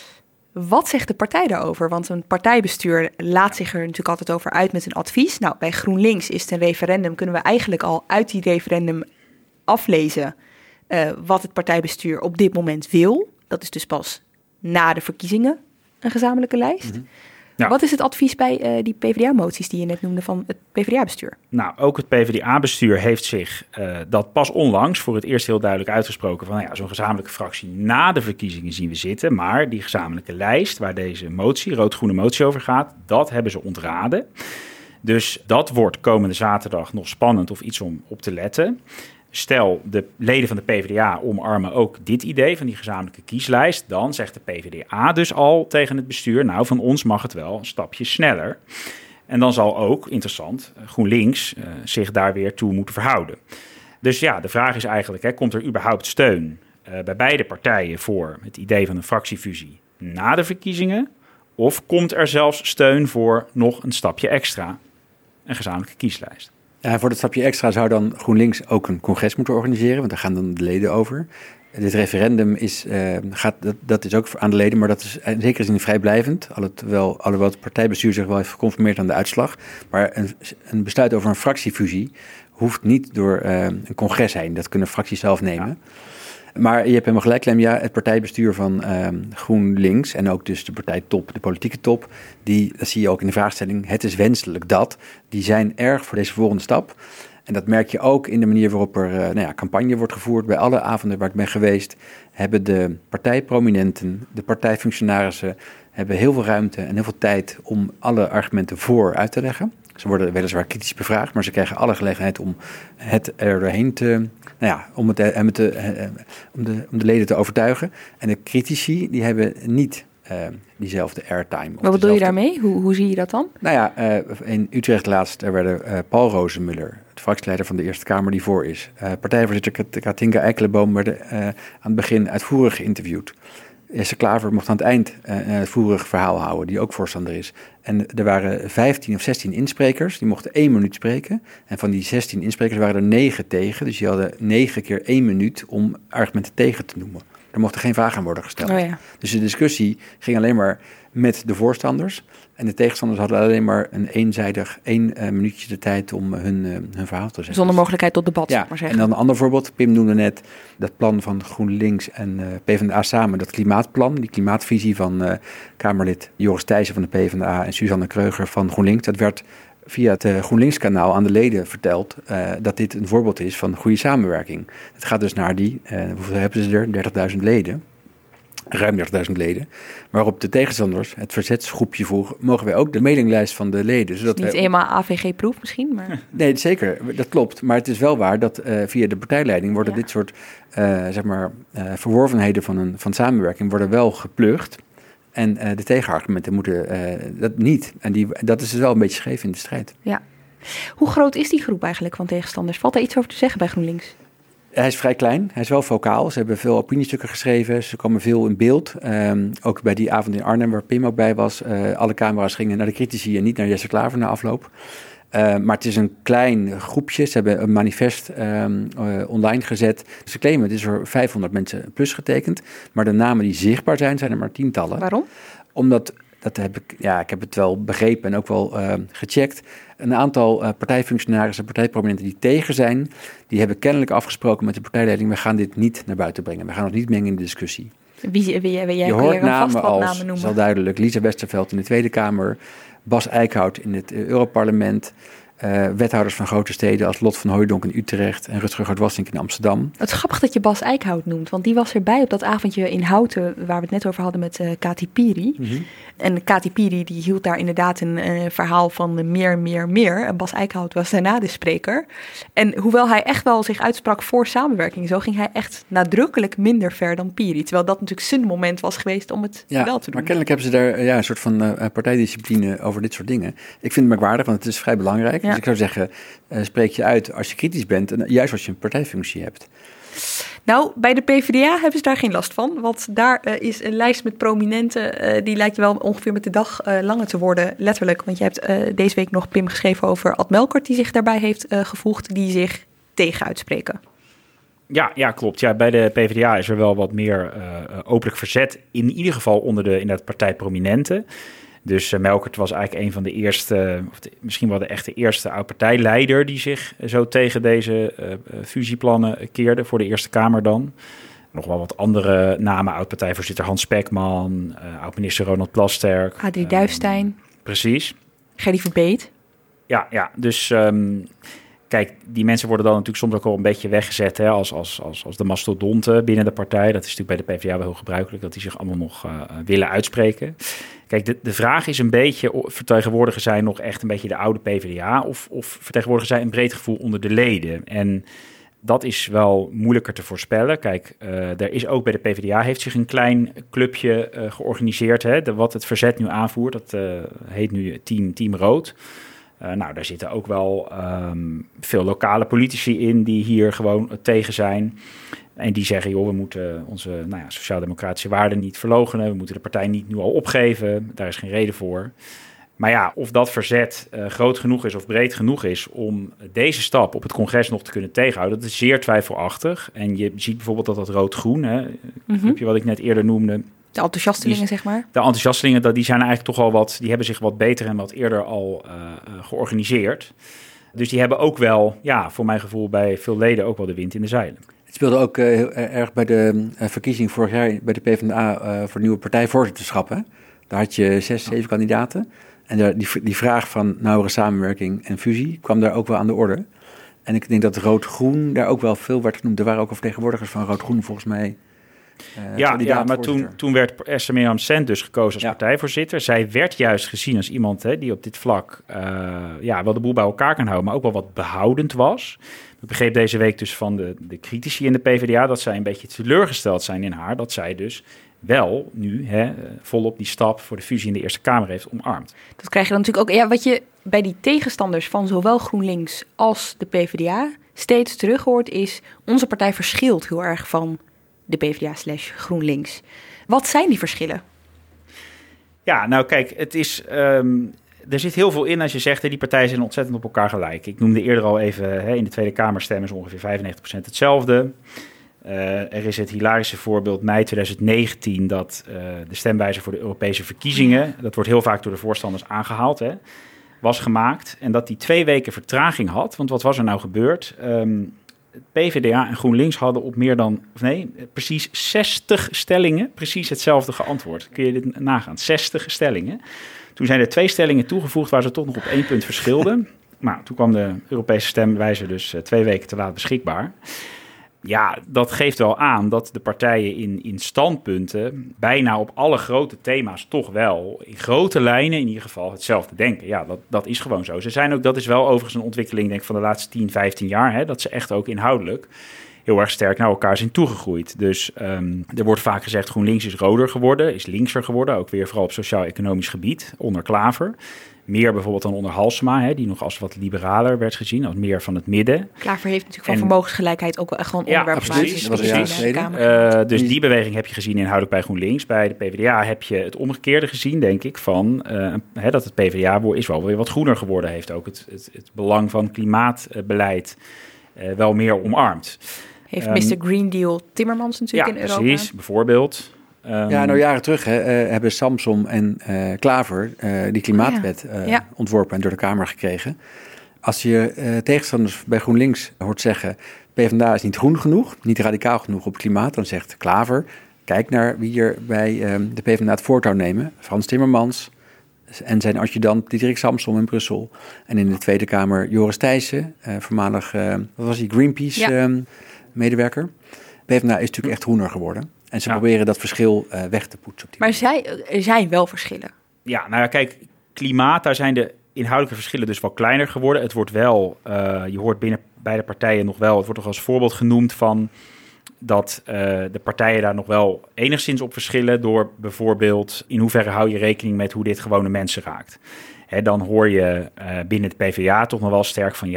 Wat zegt de partij daarover? Want een partijbestuur laat zich er natuurlijk altijd over uit met een advies. Nou, bij GroenLinks is het een referendum. Kunnen we eigenlijk al uit die referendum aflezen wat het partijbestuur op dit moment wil. Dat is dus pas na de verkiezingen een gezamenlijke lijst. Mm-hmm. Ja. Wat is het advies bij die PvdA-moties die je net noemde van het PvdA-bestuur? Nou, ook het PvdA-bestuur heeft zich dat pas onlangs voor het eerst heel duidelijk uitgesproken van zo'n gezamenlijke fractie na de verkiezingen zien we zitten. Maar die gezamenlijke lijst waar deze motie, rood-groene motie over gaat, dat hebben ze ontraden. Dus dat wordt komende zaterdag nog spannend of iets om op te letten. Stel, de leden van de PvdA omarmen ook dit idee van die gezamenlijke kieslijst. Dan zegt de PvdA dus al tegen het bestuur, nou, van ons mag het wel een stapje sneller. En dan zal ook, interessant, GroenLinks zich daar weer toe moeten verhouden. Dus ja, de vraag is eigenlijk, komt er überhaupt steun bij beide partijen voor het idee van een fractiefusie na de verkiezingen? Of komt er zelfs steun voor nog een stapje extra, een gezamenlijke kieslijst? Ja, voor dat stapje extra zou dan GroenLinks ook een congres moeten organiseren, want daar gaan dan de leden over. Dit referendum dat is ook aan de leden, maar dat is in zekere zin vrijblijvend. Alhoewel het partijbestuur zich wel heeft geconformeerd aan de uitslag. Maar een besluit over een fractiefusie hoeft niet door een congres heen. Dat kunnen fracties zelf nemen. Ja. Maar je hebt helemaal gelijk, Clem. Ja, het partijbestuur van GroenLinks en ook dus de partijtop, de politieke top, dat zie je ook in de vraagstelling, het is wenselijk dat, die zijn erg voor deze volgende stap. En dat merk je ook in de manier waarop er campagne wordt gevoerd. Bij alle avonden waar ik ben geweest, hebben de partijprominenten, de partijfunctionarissen, hebben heel veel ruimte en heel veel tijd om alle argumenten voor uit te leggen. Ze worden weliswaar kritisch bevraagd, maar ze krijgen alle gelegenheid om het er doorheen om de leden te overtuigen. En de critici, die hebben niet diezelfde airtime. Maar wat bedoel je daarmee? Hoe zie je dat dan? Nou ja, in Utrecht laatst werden Paul Rozenmuller, de fractieleider van de Eerste Kamer die voor is, partijvoorzitter Katinka Eikelenboom werden aan het begin uitvoerig geïnterviewd. Jesse Klaver mocht aan het eind een uitvoerig verhaal houden, die ook voorstander is. En er waren 15 of 16 insprekers, die mochten 1 minuut spreken. En van die 16 insprekers waren er 9 tegen. Dus die hadden 9 keer 1 minuut om argumenten tegen te noemen. Er mochten geen vragen aan worden gesteld. Oh ja. Dus de discussie ging alleen maar met de voorstanders. En de tegenstanders hadden alleen maar een eenzijdig 1 minuutje de tijd om hun verhaal te zeggen. Zonder mogelijkheid tot debat, ja, maar zeggen. En dan een ander voorbeeld. Pim noemde net dat plan van GroenLinks en PvdA samen. Dat klimaatplan, die klimaatvisie van Kamerlid Joris Thijssen van de PvdA en Suzanne Kreuger van GroenLinks. Dat werd via het GroenLinks-kanaal aan de leden verteld dat dit een voorbeeld is van goede samenwerking. Het gaat dus naar hoeveel hebben ze er? 30.000 leden. Ruim 30.000 leden. Waarop de tegenstanders, het verzetsgroepje vroeg, mogen wij ook de mailinglijst van de leden. Zodat niet eenmaal AVG-proef misschien? Maar... Nee, zeker. Dat klopt. Maar het is wel waar dat via de partijleiding worden dit soort verworvenheden van samenwerking worden wel geplucht. En de tegenargumenten moeten dat niet. En dat is dus wel een beetje scheef in de strijd. Ja. Hoe groot is die groep eigenlijk van tegenstanders? Valt daar iets over te zeggen bij GroenLinks? Hij is vrij klein, hij is wel vocaal. Ze hebben veel opiniestukken geschreven, ze komen veel in beeld. Ook bij die avond in Arnhem, waar Pim ook bij was. Alle camera's gingen naar de critici en niet naar Jesse Klaver na afloop. Maar het is een klein groepje. Ze hebben een manifest online gezet. Ze claimen, het is voor 500 mensen plus getekend. Maar de namen die zichtbaar zijn er maar tientallen. Waarom? Omdat, ik heb het wel begrepen en ook wel gecheckt. Een aantal partijfunctionarissen, partijprominenten die tegen zijn, die hebben kennelijk afgesproken met de partijleiding, we gaan dit niet naar buiten brengen. We gaan ons niet mengen in de discussie. Je hoort namen als, is al duidelijk, Lisa Westerveld in de Tweede Kamer, Bas Eickhout in het Europarlement, wethouders van grote steden als Lot van Hooijdonk in Utrecht en Rutger Groot-Wassink in Amsterdam. Het is grappig dat je Bas Eickhout noemt, want die was erbij op dat avondje in Houten, waar we het net over hadden met Kati Piri. Mm-hmm. En Kati Piri die hield daar inderdaad een verhaal van meer. En Bas Eickhout was daarna de spreker. En hoewel hij echt wel zich uitsprak voor samenwerking, zo ging hij echt nadrukkelijk minder ver dan Piri. Terwijl dat natuurlijk zijn moment was geweest om het wel te doen. Maar kennelijk hebben ze daar een soort van partijdiscipline over dit soort dingen. Ik vind het merkwaardig, want het is vrij belangrijk. Ja. Dus ik zou zeggen, spreek je uit als je kritisch bent en juist als je een partijfunctie hebt. Nou, bij de PvdA hebben ze daar geen last van. Want daar is een lijst met prominenten. Die lijkt wel ongeveer met de dag langer te worden, letterlijk. Want je hebt deze week nog, Pim, geschreven over Ad Melkert, die zich daarbij heeft gevoegd, die zich tegen uitspreken. Ja, klopt. Ja, bij de PvdA is er wel wat meer openlijk verzet. In ieder geval onder de partijprominenten. Dus Melkert was eigenlijk een van de eerste, misschien wel de echte eerste oud-partijleider die zich zo tegen deze fusieplannen keerde voor de Eerste Kamer dan. Nog wel wat andere namen, oud-partijvoorzitter Hans Spekman, oud-minister Ronald Plasterk. Adrie Duifstein. Precies. Gerdy Verbeet. Ja, dus kijk, die mensen worden dan natuurlijk soms ook al een beetje weggezet hè, als de mastodonten binnen de partij. Dat is natuurlijk bij de PvdA wel heel gebruikelijk, dat die zich allemaal nog willen uitspreken. Kijk, de vraag is een beetje, vertegenwoordigen zij nog echt een beetje de oude PvdA of vertegenwoordigen zij een breed gevoel onder de leden? En dat is wel moeilijker te voorspellen. Kijk, er is ook bij de PvdA heeft zich een klein clubje georganiseerd, hè, wat het verzet nu aanvoert. Dat heet nu Team Rood. Daar zitten ook wel veel lokale politici in die hier gewoon tegen zijn. En die zeggen, joh, we moeten onze sociaal-democratische waarden niet verloochenen. We moeten de partij niet nu al opgeven. Daar is geen reden voor. Maar ja, of dat verzet groot genoeg is of breed genoeg is om deze stap op het congres nog te kunnen tegenhouden, dat is zeer twijfelachtig. En je ziet bijvoorbeeld dat rood-groen, het clubje wat ik net eerder noemde. De enthousiastelingen, zeg maar. De enthousiastelingen, die zijn eigenlijk toch al die hebben zich wat beter en wat eerder al georganiseerd. Dus die hebben ook wel, voor mijn gevoel, bij veel leden ook wel de wind in de zeilen. Het speelde ook heel erg bij de verkiezing vorig jaar bij de PvdA voor nieuwe partijvoorzitterschap. Hè? Daar had je 6, 7 kandidaten. En die vraag van nauwere samenwerking en fusie kwam daar ook wel aan de orde. En ik denk dat Rood-Groen daar ook wel veel werd genoemd. Er waren ook al vertegenwoordigers van Rood-Groen volgens mij. Maar toen werd Esther Mirjam-Cent dus gekozen als partijvoorzitter. Zij werd juist gezien als iemand die op dit vlak wel de boel bij elkaar kan houden, maar ook wel wat behoudend was. Ik begreep deze week dus van de critici in de PvdA dat zij een beetje teleurgesteld zijn in haar, dat zij dus wel nu volop die stap voor de fusie in de Eerste Kamer heeft omarmd. Dat krijg je dan natuurlijk ook. Ja, wat je bij die tegenstanders van zowel GroenLinks als de PvdA steeds terug hoort is, onze partij verschilt heel erg van de PvdA/GroenLinks. Wat zijn die verschillen? Ja, nou kijk, het is, er zit heel veel in als je zegt, die partijen zijn ontzettend op elkaar gelijk. Ik noemde eerder al even, in de Tweede Kamer stemmen ze ongeveer 95% hetzelfde. Er is het hilarische voorbeeld mei 2019 dat de stemwijzer voor de Europese verkiezingen, dat wordt heel vaak door de voorstanders aangehaald, was gemaakt. En dat die 2 weken vertraging had. Want wat was er nou gebeurd? PvdA en GroenLinks hadden op precies 60 stellingen precies hetzelfde geantwoord. Kun je dit nagaan? 60 stellingen. Toen zijn er 2 stellingen toegevoegd waar ze toch nog op 1 punt verschilden. Maar toen kwam de Europese stemwijzer dus 2 weken te laat beschikbaar. Ja, dat geeft wel aan dat de partijen in standpunten bijna op alle grote thema's toch wel in grote lijnen in ieder geval hetzelfde denken. Ja, dat is gewoon zo. Dat is wel overigens een ontwikkeling denk ik, van de laatste 10, 15 jaar. Dat ze echt ook inhoudelijk heel erg sterk naar elkaar zijn toegegroeid. Dus er wordt vaak gezegd GroenLinks is roder geworden, is linkser geworden. Ook weer vooral op sociaal-economisch gebied, onder Klaver. Meer bijvoorbeeld dan onder Halsema, die nog als wat liberaler werd gezien, als meer van het midden. Klaver heeft natuurlijk van vermogensgelijkheid ook wel echt gewoon onderwerp precies. Dus die beweging heb je gezien inhoudelijk bij GroenLinks. Bij de PvdA heb je het omgekeerde gezien, denk ik, van dat het PvdA is wel weer wat groener geworden. Heeft ook het belang van klimaatbeleid wel meer omarmd. Heeft Mr. Green Deal Timmermans natuurlijk in Europa. Precies, bijvoorbeeld. Jaren terug hebben Samsom en Klaver die klimaatwet ontworpen en door de Kamer gekregen. Als je tegenstanders bij GroenLinks hoort zeggen, PvdA is niet groen genoeg, niet radicaal genoeg op klimaat, dan zegt Klaver, kijk naar wie er bij de PvdA het voortouw nemen. Frans Timmermans en zijn adjudant Diederik Samsom in Brussel. En in de Tweede Kamer Joris Thijssen, voormalig Greenpeace medewerker. PvdA is natuurlijk echt groener geworden. En ze proberen dat verschil weg te poetsen. Maar er zijn wel verschillen. Ja, nou ja, kijk, klimaat, daar zijn de inhoudelijke verschillen dus wel kleiner geworden. Het wordt wel, je hoort binnen beide partijen nog wel, het wordt toch als voorbeeld genoemd van dat de partijen daar nog wel enigszins op verschillen door bijvoorbeeld in hoeverre hou je rekening met hoe dit gewone mensen raakt. Dan hoor je binnen het PvdA toch nog wel sterk van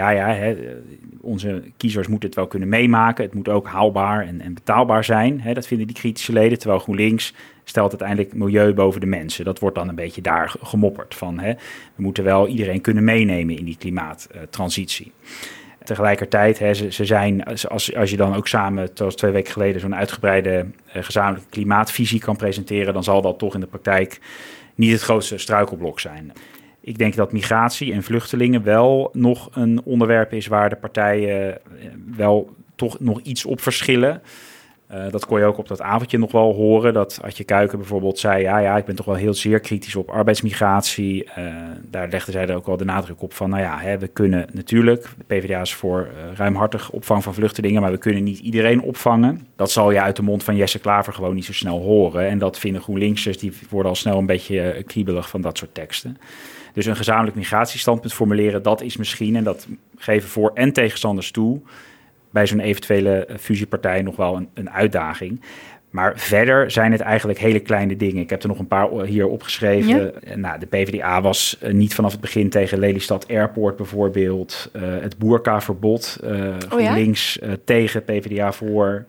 onze kiezers moeten het wel kunnen meemaken. Het moet ook haalbaar en betaalbaar zijn. Dat vinden die kritische leden. Terwijl GroenLinks stelt uiteindelijk milieu boven de mensen. Dat wordt dan een beetje daar gemopperd van. We moeten wel iedereen kunnen meenemen in die klimaattransitie. Tegelijkertijd, ze zijn, als je dan ook samen, zoals 2 weken geleden, zo'n uitgebreide gezamenlijke klimaatvisie kan presenteren, dan zal dat toch in de praktijk niet het grootste struikelblok zijn. Ik denk dat migratie en vluchtelingen wel nog een onderwerp is waar de partijen wel toch nog iets op verschillen. Dat kon je ook op dat avondje nog wel horen. Dat Adje Kuiken bijvoorbeeld zei, ik ben toch wel heel zeer kritisch op arbeidsmigratie. Daar legden zij er ook wel de nadruk op van, we kunnen natuurlijk, de PvdA is voor ruimhartig opvang van vluchtelingen, maar we kunnen niet iedereen opvangen. Dat zal je uit de mond van Jesse Klaver gewoon niet zo snel horen. En dat vinden GroenLinksers, die worden al snel een beetje kriebelig van dat soort teksten. Dus een gezamenlijk migratiestandpunt formuleren, dat is misschien, en dat geven voor- en tegenstanders toe, bij zo'n eventuele fusiepartij nog wel een uitdaging. Maar verder zijn het eigenlijk hele kleine dingen. Ik heb er nog een paar hier opgeschreven. Ja. De PvdA was niet vanaf het begin tegen Lelystad Airport bijvoorbeeld. Het boerkaverbod, GroenLinks tegen PvdA voor.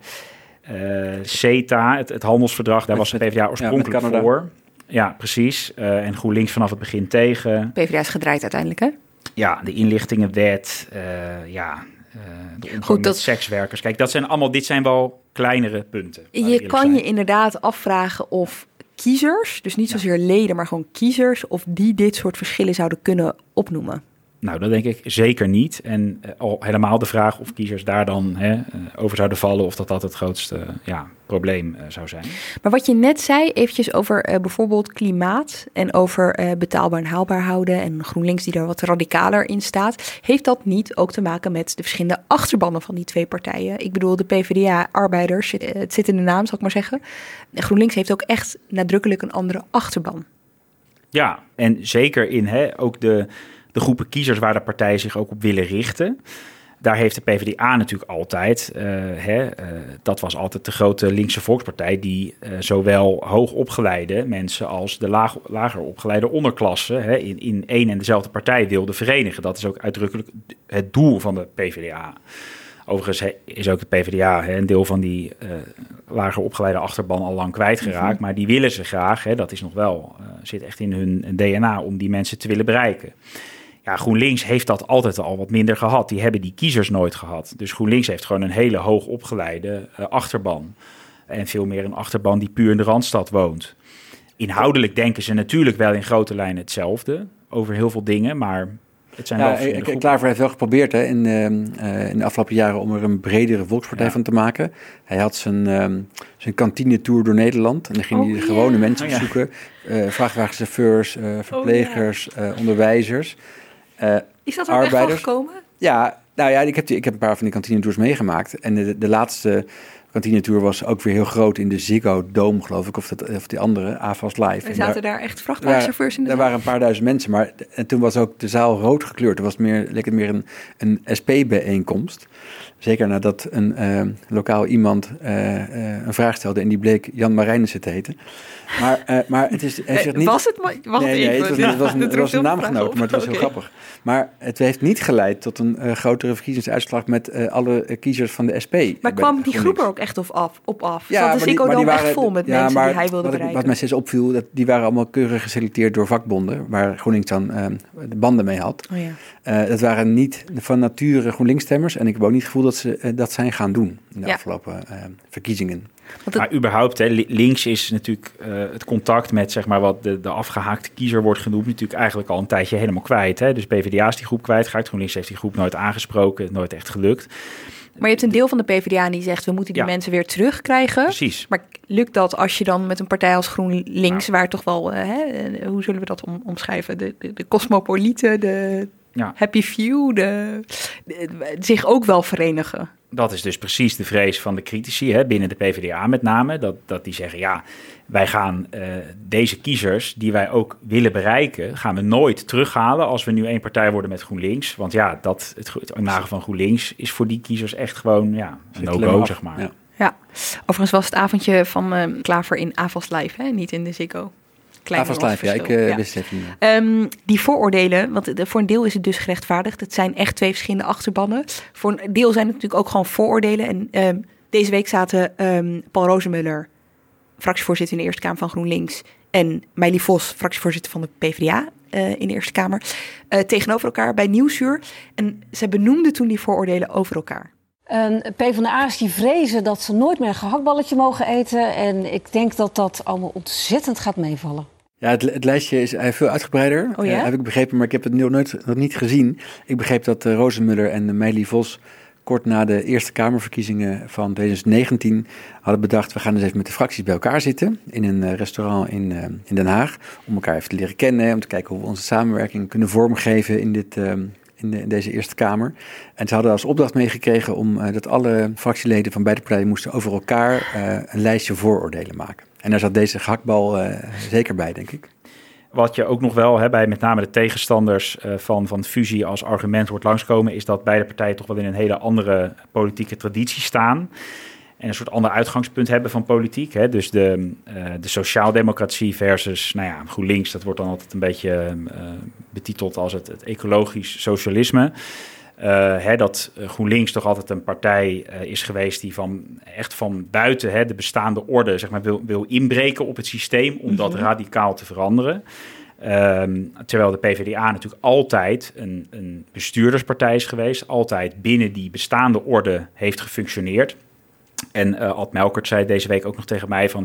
CETA, het handelsverdrag, daar was de PvdA oorspronkelijk voor. Ja, precies. En GroenLinks vanaf het begin tegen. PvdA is gedraaid uiteindelijk, hè? Ja, de inlichtingenwet, de omgang met sekswerkers. Kijk, dit zijn wel kleinere punten. Je kan je inderdaad afvragen of kiezers, dus niet zozeer leden, maar gewoon kiezers, of die dit soort verschillen zouden kunnen opnoemen. Nou, dat denk ik zeker niet. En al helemaal de vraag of kiezers daar dan over zouden vallen, of dat het grootste probleem zou zijn. Maar wat je net zei, eventjes over bijvoorbeeld klimaat en over betaalbaar en haalbaar houden en GroenLinks die daar wat radicaler in staat, heeft dat niet ook te maken met de verschillende achterbannen van die twee partijen? Ik bedoel, de PvdA-arbeiders, het zit in de naam, zal ik maar zeggen. GroenLinks heeft ook echt nadrukkelijk een andere achterban. Ja, en zeker in ook de groepen kiezers waar de partijen zich ook op willen richten. Daar heeft de PvdA natuurlijk altijd, dat was altijd de grote linkse volkspartij, die zowel hoogopgeleide mensen als de lager opgeleide onderklasse in één en dezelfde partij wilde verenigen. Dat is ook uitdrukkelijk het doel van de PvdA. Overigens is ook de PvdA een deel van die lager opgeleide achterban al lang kwijtgeraakt. Maar die willen ze graag, dat is nog wel, zit echt in hun DNA om die mensen te willen bereiken. Ja, GroenLinks heeft dat altijd al wat minder gehad. Die hebben die kiezers nooit gehad. Dus GroenLinks heeft gewoon een hele hoog opgeleide achterban. En veel meer een achterban die puur in de Randstad woont. Inhoudelijk denken ze natuurlijk wel in grote lijnen hetzelfde over heel veel dingen, maar het zijn wel verschillende groepen. Klaver heeft wel geprobeerd in de afgelopen jaren om er een bredere volkspartij van te maken. Hij had zijn kantinetour door Nederland en dan ging hij de gewone mensen opzoeken. Vrachtwagenchauffeurs, verplegers, onderwijzers. Is dat ook echt van gekomen? Ja, ik heb een paar van die kantinetours meegemaakt. En de laatste kantinetour was ook weer heel groot in de Ziggo Dome, geloof ik. Of die andere, AFAS Live. En zaten daar echt vrachtwagenchauffeurs in de zaal? Daar waren een paar duizend mensen. Maar en toen was ook de zaal rood gekleurd. Er was leek het meer een SP-bijeenkomst. Zeker nadat een lokaal iemand een vraag stelde en die bleek Jan Marijnissen te heten. Maar het is niet... Was het? Wacht even. Het was een naamgenoot, maar het was heel grappig. Maar het heeft niet geleid tot een grotere verkiezingsuitslag met alle kiezers van de SP. Maar kwam die groep er ook echt op af? Ja, de Ziggo Dome echt vol met mensen die hij wilde bereiken? Wat mij steeds opviel, die waren allemaal keurig geselecteerd door vakbonden, waar GroenLinks dan de banden mee had. Oh ja. Dat waren niet van nature GroenLinks-stemmers en ik heb ook niet het gevoel dat ze dat zijn gaan doen in de afgelopen verkiezingen. Maar überhaupt, links is natuurlijk het contact met zeg maar wat de afgehaakte kiezer wordt genoemd, natuurlijk eigenlijk al een tijdje helemaal kwijt. Dus PvdA is die groep kwijtgeraakt. GroenLinks heeft die groep nooit aangesproken, nooit echt gelukt. Maar je hebt een deel van de PvdA die zegt, we moeten die mensen weer terugkrijgen. Precies. Maar lukt dat als je dan met een partij als GroenLinks, waar toch wel, hoe zullen we dat omschrijven? De cosmopolieten, de happy few, zich ook wel verenigen? Dat is dus precies de vrees van de critici, binnen de PvdA met name. Dat die zeggen, wij gaan deze kiezers die wij ook willen bereiken, gaan we nooit terughalen als we nu één partij worden met GroenLinks. Want het imago van GroenLinks is voor die kiezers echt gewoon een no-go, zeg maar. Ja, overigens was het avondje van Klaver in Avals Live, hè? Niet in de Ziggo. Avals Live, ja, ik wist het even niet. Die vooroordelen, want voor een deel is het dus gerechtvaardigd. Het zijn echt 2 verschillende achterbannen. Voor een deel zijn het natuurlijk ook gewoon vooroordelen. En deze week zaten Paul Rozemuller, fractievoorzitter in de Eerste Kamer van GroenLinks, en Meili Vos, fractievoorzitter van de PvdA in de Eerste Kamer, tegenover elkaar bij Nieuwsuur. En ze benoemden toen die vooroordelen over elkaar. PvdA's die vrezen dat ze nooit meer een gehaktballetje mogen eten. En ik denk dat dat allemaal ontzettend gaat meevallen. Ja, het lijstje is veel uitgebreider, heb ik begrepen, maar ik heb het nog niet gezien. Ik begreep dat Rozemuller en Meili Vos kort na de Eerste Kamerverkiezingen van 2019 hadden bedacht, we gaan eens even met de fracties bij elkaar zitten in een restaurant in Den Haag, om elkaar even te leren kennen, om te kijken hoe we onze samenwerking kunnen vormgeven in deze Eerste Kamer. En ze hadden als opdracht meegekregen om dat alle fractieleden van beide partijen moesten over elkaar een lijstje vooroordelen maken. En daar zat deze gehaktbal zeker bij, denk ik. Wat je ook nog wel bij met name de tegenstanders van fusie als argument hoort langskomen, is dat beide partijen toch wel in een hele andere politieke traditie staan. En een soort ander uitgangspunt hebben van politiek. Hè? Dus de sociaaldemocratie versus GroenLinks, dat wordt dan altijd een beetje betiteld als het ecologisch socialisme. Dat GroenLinks toch altijd een partij is geweest die echt van buiten de bestaande orde zeg maar, wil inbreken op het systeem om dat radicaal te veranderen. Terwijl de PvdA natuurlijk altijd een bestuurderspartij is geweest, altijd binnen die bestaande orde heeft gefunctioneerd. En Ad Melkert zei deze week ook nog tegen mij van,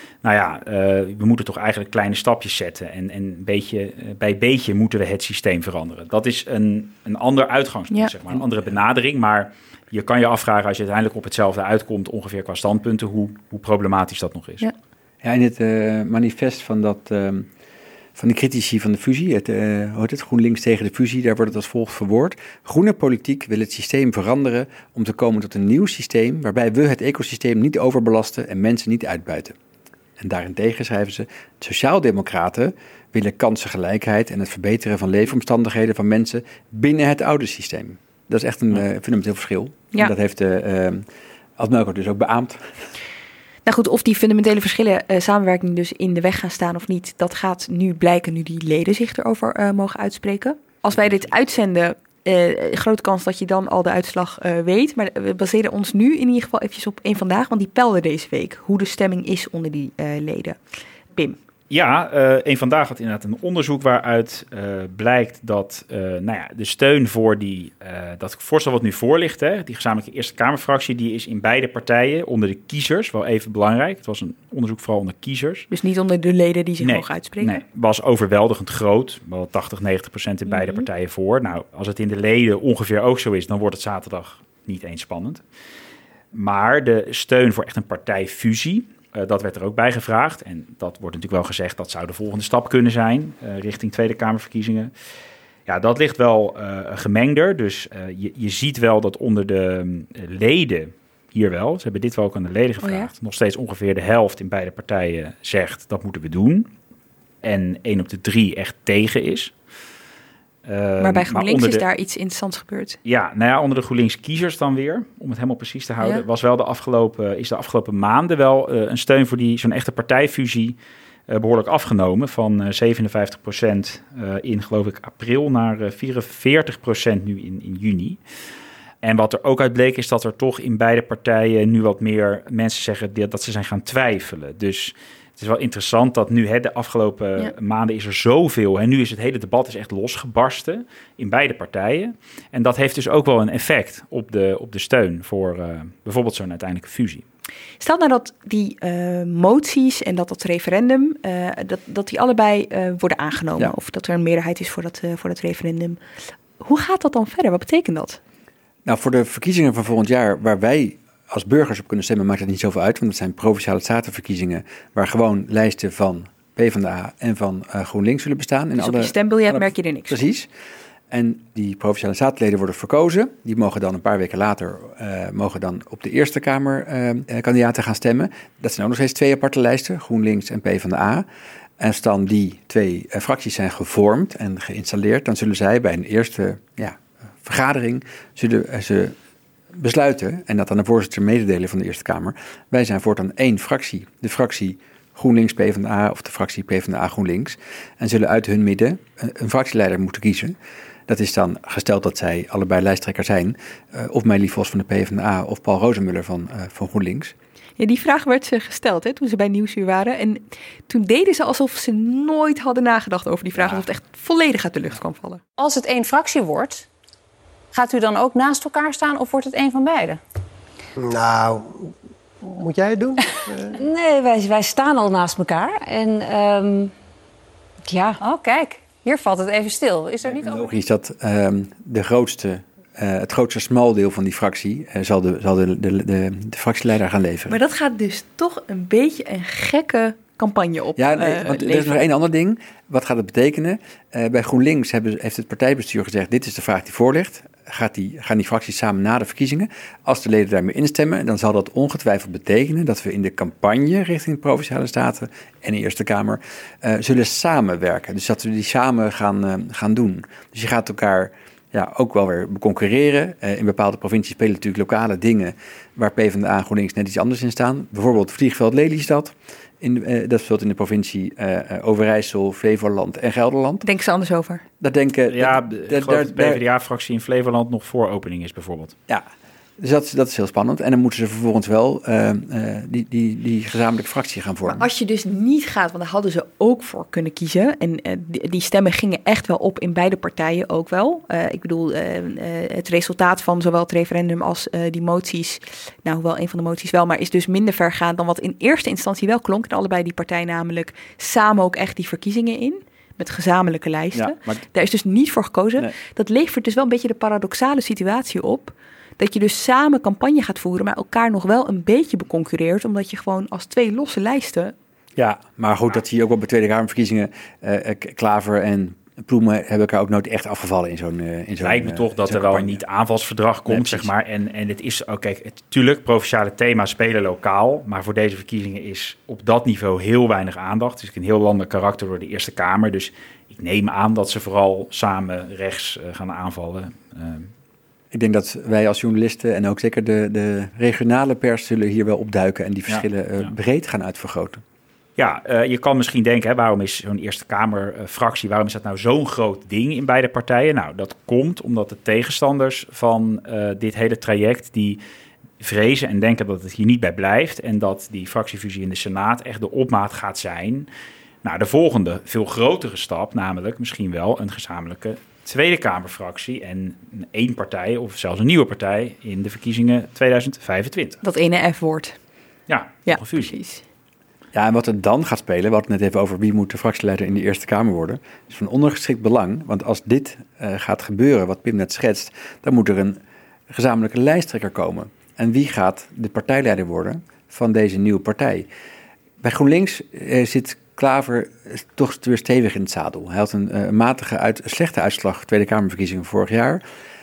we moeten toch eigenlijk kleine stapjes zetten. En bij beetje moeten we het systeem veranderen. Dat is een ander uitgangspunt, zeg maar, een andere benadering. Maar je kan je afvragen als je uiteindelijk op hetzelfde uitkomt, ongeveer qua standpunten, hoe problematisch dat nog is. Ja, in het manifest van de critici van de fusie, het GroenLinks tegen de fusie, daar wordt het als volgt verwoord. Groene politiek wil het systeem veranderen om te komen tot een nieuw systeem waarbij we het ecosysteem niet overbelasten en mensen niet uitbuiten. En daarentegen schrijven ze, sociaaldemocraten willen kansengelijkheid en het verbeteren van leefomstandigheden van mensen binnen het oude systeem. Dat is echt een fundamenteel verschil. Ja. En dat heeft Ad Melkert dus ook beaamd. Nou goed, of die fundamentele verschillen samenwerking dus in de weg gaan staan of niet, dat gaat nu blijken nu die leden zich erover mogen uitspreken. Als wij dit uitzenden, grote kans dat je dan al de uitslag weet. Maar we baseren ons nu in ieder geval eventjes op Eén Vandaag, want die peilde deze week hoe de stemming is onder die leden. Pim. Ja, Eén Vandaag had inderdaad een onderzoek waaruit blijkt dat de steun voor dat voorstel wat nu voor ligt, die gezamenlijke Eerste Kamerfractie, die is in beide partijen onder de kiezers wel even belangrijk. Het was een onderzoek vooral onder kiezers. Dus niet onder de leden die zich mogen uitspreken? Nee, was overweldigend groot. Wel 80-90% in beide partijen voor. Nou, als het in de leden ongeveer ook zo is, dan wordt het zaterdag niet eens spannend. Maar de steun voor echt een partijfusie, dat werd er ook bij gevraagd. En dat wordt natuurlijk wel gezegd, dat zou de volgende stap kunnen zijn richting Tweede Kamerverkiezingen. Ja, dat ligt wel gemengder. Dus je ziet wel dat onder de leden hier wel, ze hebben dit wel ook aan de leden gevraagd, nog steeds ongeveer de helft in beide partijen zegt, dat moeten we doen. En 1 op de 3 echt tegen is. Maar bij GroenLinks is daar iets interessants gebeurd. Ja, onder de GroenLinks kiezers dan weer, om het helemaal precies te houden, was wel de afgelopen maanden wel een steun voor zo'n echte partijfusie behoorlijk afgenomen. Van 57% in, geloof ik, april naar 44% nu in juni. En wat er ook uit bleek is dat er toch in beide partijen nu wat meer mensen zeggen dat ze zijn gaan twijfelen. Dus het is wel interessant dat nu de afgelopen maanden is er zoveel. En nu is het hele debat echt losgebarsten in beide partijen. En dat heeft dus ook wel een effect op de steun voor bijvoorbeeld zo'n uiteindelijke fusie. Stel nou dat die moties en dat referendum, dat die allebei worden aangenomen. Ja. Of dat er een meerderheid is voor dat referendum. Hoe gaat dat dan verder? Wat betekent dat? Nou, voor de verkiezingen van volgend jaar, waar wij als burgers op kunnen stemmen, maakt het niet zoveel uit. Want het zijn provinciale statenverkiezingen waar gewoon lijsten van PvdA en van GroenLinks zullen bestaan. Dus op je stembiljet merk je er niks. Precies. En die provinciale statenleden worden verkozen. Die mogen dan een paar weken later op de Eerste Kamer kandidaten gaan stemmen. Dat zijn ook nog steeds 2 aparte lijsten, GroenLinks en PvdA. En als dan die 2 fracties zijn gevormd en geïnstalleerd, dan zullen zij bij een eerste vergadering zullen ze besluiten, en dat aan de voorzitter mededelen van de Eerste Kamer, wij zijn voortaan 1 fractie. De fractie GroenLinks PvdA of de fractie PvdA GroenLinks. En zullen uit hun midden een fractieleider moeten kiezen. Dat is dan, gesteld dat zij allebei lijsttrekker zijn, of Meili Vos van de PvdA of Paul Rozenmuller van GroenLinks. Ja, die vraag werd ze gesteld toen ze bij Nieuwsuur waren. En toen deden ze alsof ze nooit hadden nagedacht over die vraag. Alsof het echt volledig uit de lucht kwam vallen. Als het 1 fractie wordt, gaat u dan ook naast elkaar staan of wordt het 1 van beiden? Nou, moet jij het doen? Nee, wij staan al naast elkaar. En ja. Oh, kijk. Hier valt het even stil. Is er niet logisch dat het grootste smaldeel van die fractie zal de fractieleider gaan leveren. Maar dat gaat dus toch een beetje een gekke campagne op. Ja, want er is nog één ander ding. Wat gaat het betekenen? Bij GroenLinks heeft het partijbestuur gezegd, dit is de vraag die voor ligt. Gaan die fracties samen na de verkiezingen? Als de leden daarmee instemmen, dan zal dat ongetwijfeld betekenen dat we in de campagne richting de Provinciale Staten en de Eerste Kamer zullen samenwerken. Dus dat we die samen gaan doen. Dus je gaat elkaar ook wel weer concurreren. In bepaalde provincies spelen natuurlijk lokale dingen waar PvdA en GroenLinks net iets anders in staan. Bijvoorbeeld vliegveld Lelystad. Dat speelt in de provincie Overijssel, Flevoland en Gelderland. Denken ze anders over? Ik geloof dat de PvdA-fractie in Flevoland nog voor opening is bijvoorbeeld. Ja, dus dat is heel spannend. En dan moeten ze vervolgens wel die gezamenlijke fractie gaan vormen. Maar als je dus niet gaat, want daar hadden ze ook voor kunnen kiezen. En die stemmen gingen echt wel op in beide partijen ook wel. Ik bedoel, het resultaat van zowel het referendum als die moties, nou wel een van de moties wel, maar is dus minder vergaand dan wat in eerste instantie wel klonk. En allebei die partijen namelijk samen ook echt die verkiezingen in. Met gezamenlijke lijsten. Ja, maar daar is dus niet voor gekozen. Nee. Dat levert dus wel een beetje de paradoxale situatie op. Dat je dus samen campagne gaat voeren, maar elkaar nog wel een beetje beconcurreert. Omdat je gewoon als 2 losse lijsten. Ja, maar goed, dat zie je ook wel bij Tweede Kamerverkiezingen. Klaver en Ploemen hebben elkaar ook nooit echt afgevallen in zo'n Het lijkt me toch dat er wel een niet-aanvalsverdrag komt, zeg maar. En het is ook, kijk, natuurlijk, provinciale thema's spelen lokaal. Maar voor deze verkiezingen is op dat niveau heel weinig aandacht. Het is een heel landelijk karakter door de Eerste Kamer. Dus ik neem aan dat ze vooral samen rechts gaan aanvallen. Ik denk dat wij als journalisten en ook zeker de regionale pers zullen hier wel opduiken en die verschillen breed gaan uitvergroten. Ja, je kan misschien denken, waarom is zo'n Eerste Kamerfractie, waarom is dat nou zo'n groot ding in beide partijen? Nou, dat komt omdat de tegenstanders van dit hele traject, die vrezen en denken dat het hier niet bij blijft en dat die fractiefusie in de Senaat echt de opmaat gaat zijn. Nou, de volgende, veel grotere stap, namelijk misschien wel een gezamenlijke Tweede Kamerfractie en één partij of zelfs een nieuwe partij in de verkiezingen 2025. Dat ene F-woord. Ja, een fusie. Precies. Ja, en wat er dan gaat spelen, we hadden het net even over wie moet de fractieleider in de Eerste Kamer worden, is van ondergeschikt belang. Want als dit gaat gebeuren, wat Pim net schetst, dan moet er een gezamenlijke lijsttrekker komen. En wie gaat de partijleider worden van deze nieuwe partij? Bij GroenLinks zit Klaver toch weer stevig in het zadel. Hij had een slechte uitslag Tweede Kamerverkiezingen vorig jaar.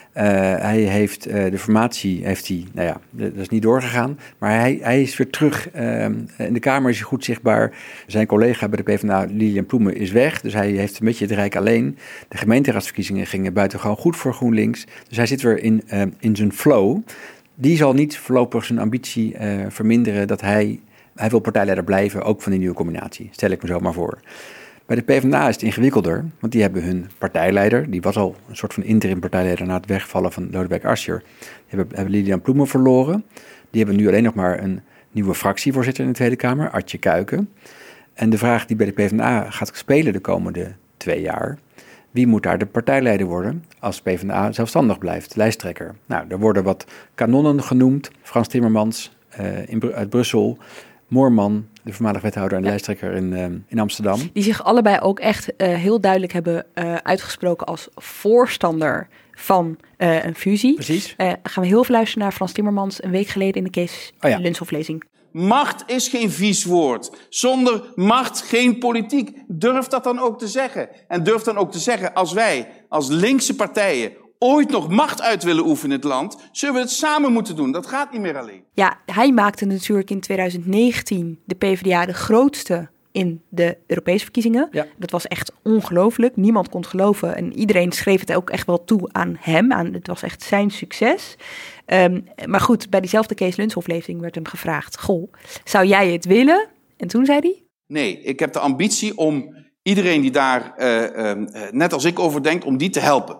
Hij heeft de formatie, dat is niet doorgegaan. Maar hij is weer terug. In de Kamer is hij goed zichtbaar. Zijn collega bij de PvdA, Lilian Ploemen, is weg. Dus hij heeft een beetje het Rijk alleen. De gemeenteraadsverkiezingen gingen buitengewoon goed voor GroenLinks. Dus hij zit weer in zijn flow. Die zal niet voorlopig zijn ambitie verminderen dat hij wil partijleider blijven, ook van die nieuwe combinatie. Stel ik me zo maar voor. Bij de PvdA is het ingewikkelder, want die hebben hun partijleider, die was al een soort van interim partijleider na het wegvallen van Lodewijk Asscher. Die hebben Lilian Ploemen verloren. Die hebben nu alleen nog maar een nieuwe fractievoorzitter in de Tweede Kamer, Adje Kuiken. En de vraag die bij de PvdA gaat spelen de komende 2 jaar, wie moet daar de partijleider worden als PvdA zelfstandig blijft, lijsttrekker? Nou, er worden wat kanonnen genoemd. Frans Timmermans uit Brussel, Moorman, de voormalig wethouder en lijsttrekker in Amsterdam. Die zich allebei ook echt heel duidelijk hebben uitgesproken als voorstander van een fusie. Precies. Gaan we heel veel luisteren naar Frans Timmermans een week geleden in de Kees Lunshoff-lezing. Macht is geen vies woord. Zonder macht geen politiek. Durf dat dan ook te zeggen. En durf dan ook te zeggen, als wij als linkse partijen ooit nog macht uit willen oefenen in het land, zullen we het samen moeten doen. Dat gaat niet meer alleen. Ja, hij maakte natuurlijk in 2019 de PvdA de grootste in de Europese verkiezingen. Ja. Dat was echt ongelooflijk. Niemand kon het geloven. En iedereen schreef het ook echt wel toe aan hem. Het was echt zijn succes. Maar goed, bij diezelfde Kees Lunshoff-lezing werd hem gevraagd... Goh, zou jij het willen? En toen zei hij... Nee, ik heb de ambitie om iedereen die daar net als ik over denkt... om die te helpen.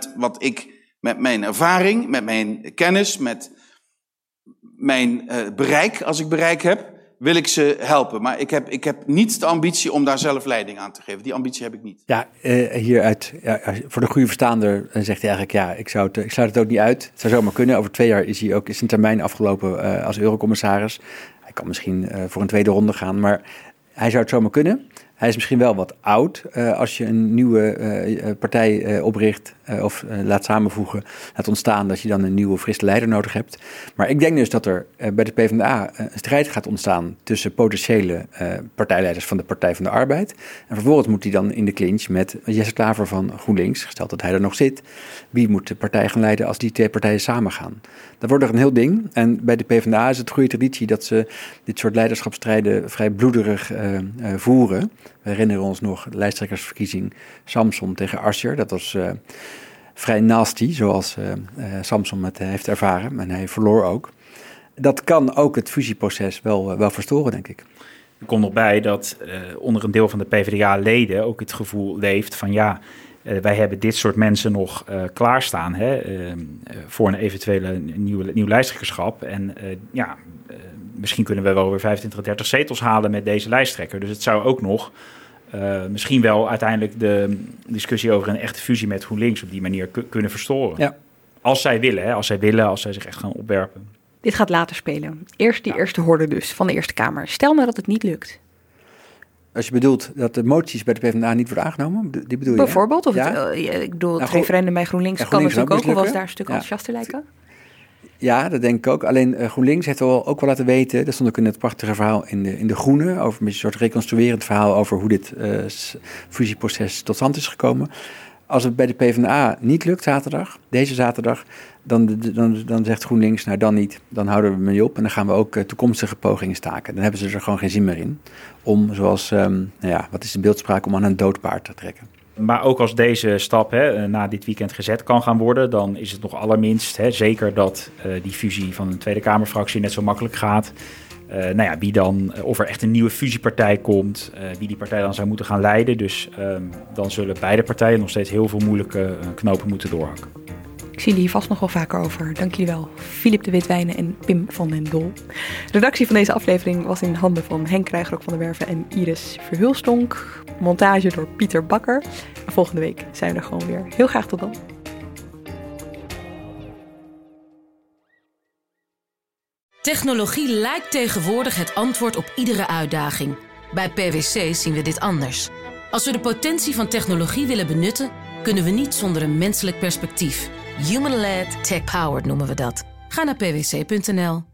Met mijn ervaring, met mijn kennis, met mijn bereik, als ik bereik heb... wil ik ze helpen. Maar ik heb niet de ambitie om daar zelf leiding aan te geven. Die ambitie heb ik niet. Ja, voor de goede verstaander zegt hij eigenlijk... ik sluit het ook niet uit. Het zou zomaar kunnen. Over 2 jaar is zijn termijn afgelopen als eurocommissaris. Hij kan misschien voor een tweede ronde gaan, maar hij zou het zomaar kunnen. Hij is misschien wel wat oud als je een nieuwe partij opricht of laat samenvoegen, laat ontstaan, dat je dan een nieuwe frisse leider nodig hebt. Maar ik denk dus dat er bij de PvdA een strijd gaat ontstaan tussen potentiële partijleiders van de Partij van de Arbeid. En vervolgens moet hij dan in de clinch met Jesse Klaver van GroenLinks, gesteld dat hij er nog zit. Wie moet de partij gaan leiden als die 2 partijen samen gaan? Dat wordt er een heel ding. En bij de PvdA is het goede traditie dat ze dit soort leiderschapsstrijden vrij bloederig voeren. We herinneren ons nog de lijsttrekkersverkiezing Samson tegen Asscher. Dat was vrij nasty, zoals Samson het heeft ervaren. En hij verloor ook. Dat kan ook het fusieproces wel verstoren, denk ik. Er komt nog bij dat onder een deel van de PvdA-leden ook het gevoel leeft van wij hebben dit soort mensen nog klaarstaan voor een eventuele nieuw lijsttrekkerschap. En misschien kunnen we wel weer 25, 30 zetels halen met deze lijsttrekker. Dus het zou ook nog misschien wel uiteindelijk de discussie over een echte fusie met GroenLinks op die manier kunnen verstoren. Ja. Als zij willen, als zij zich echt gaan opwerpen. Dit gaat later spelen. Eerst die eerste horde dus van de Eerste Kamer. Stel nou dat het niet lukt. Als je bedoelt dat de moties bij de PvdA niet worden aangenomen, die bedoel je? Bijvoorbeeld, of het referendum bij GroenLinks kan natuurlijk ook, al was daar een stuk enthousiast te lijken. Ja, dat denk ik ook. Alleen GroenLinks heeft ook wel laten weten, dat stond ook in het prachtige verhaal in de Groene, over een beetje een soort reconstruerend verhaal over hoe dit fusieproces tot stand is gekomen. Als het bij de PvdA niet lukt deze zaterdag, dan zegt GroenLinks, nou dan niet, dan houden we mee op en dan gaan we ook toekomstige pogingen staken. Dan hebben ze er gewoon geen zin meer in om, zoals, wat is de beeldspraak, om aan een dood paard te trekken. Maar ook als deze stap na dit weekend gezet kan gaan worden, dan is het nog allerminst zeker dat die fusie van een Tweede Kamerfractie net zo makkelijk gaat. Wie dan, of er echt een nieuwe fusiepartij komt, wie die partij dan zou moeten gaan leiden. Dus dan zullen beide partijen nog steeds heel veel moeilijke knopen moeten doorhakken. Ik zie jullie hier vast nog wel vaker over. Dank jullie wel, Filip de Witwijnen en Pim van den Dol. De redactie van deze aflevering was in handen van Henk Krijgerok van der Werven en Iris Verhulstonk. Montage door Pieter Bakker. En volgende week zijn we er gewoon weer. Heel graag tot dan. Technologie lijkt tegenwoordig het antwoord op iedere uitdaging. Bij PwC zien we dit anders. Als we de potentie van technologie willen benutten, kunnen we niet zonder een menselijk perspectief. Human-led, tech-powered noemen we dat. Ga naar pwc.nl.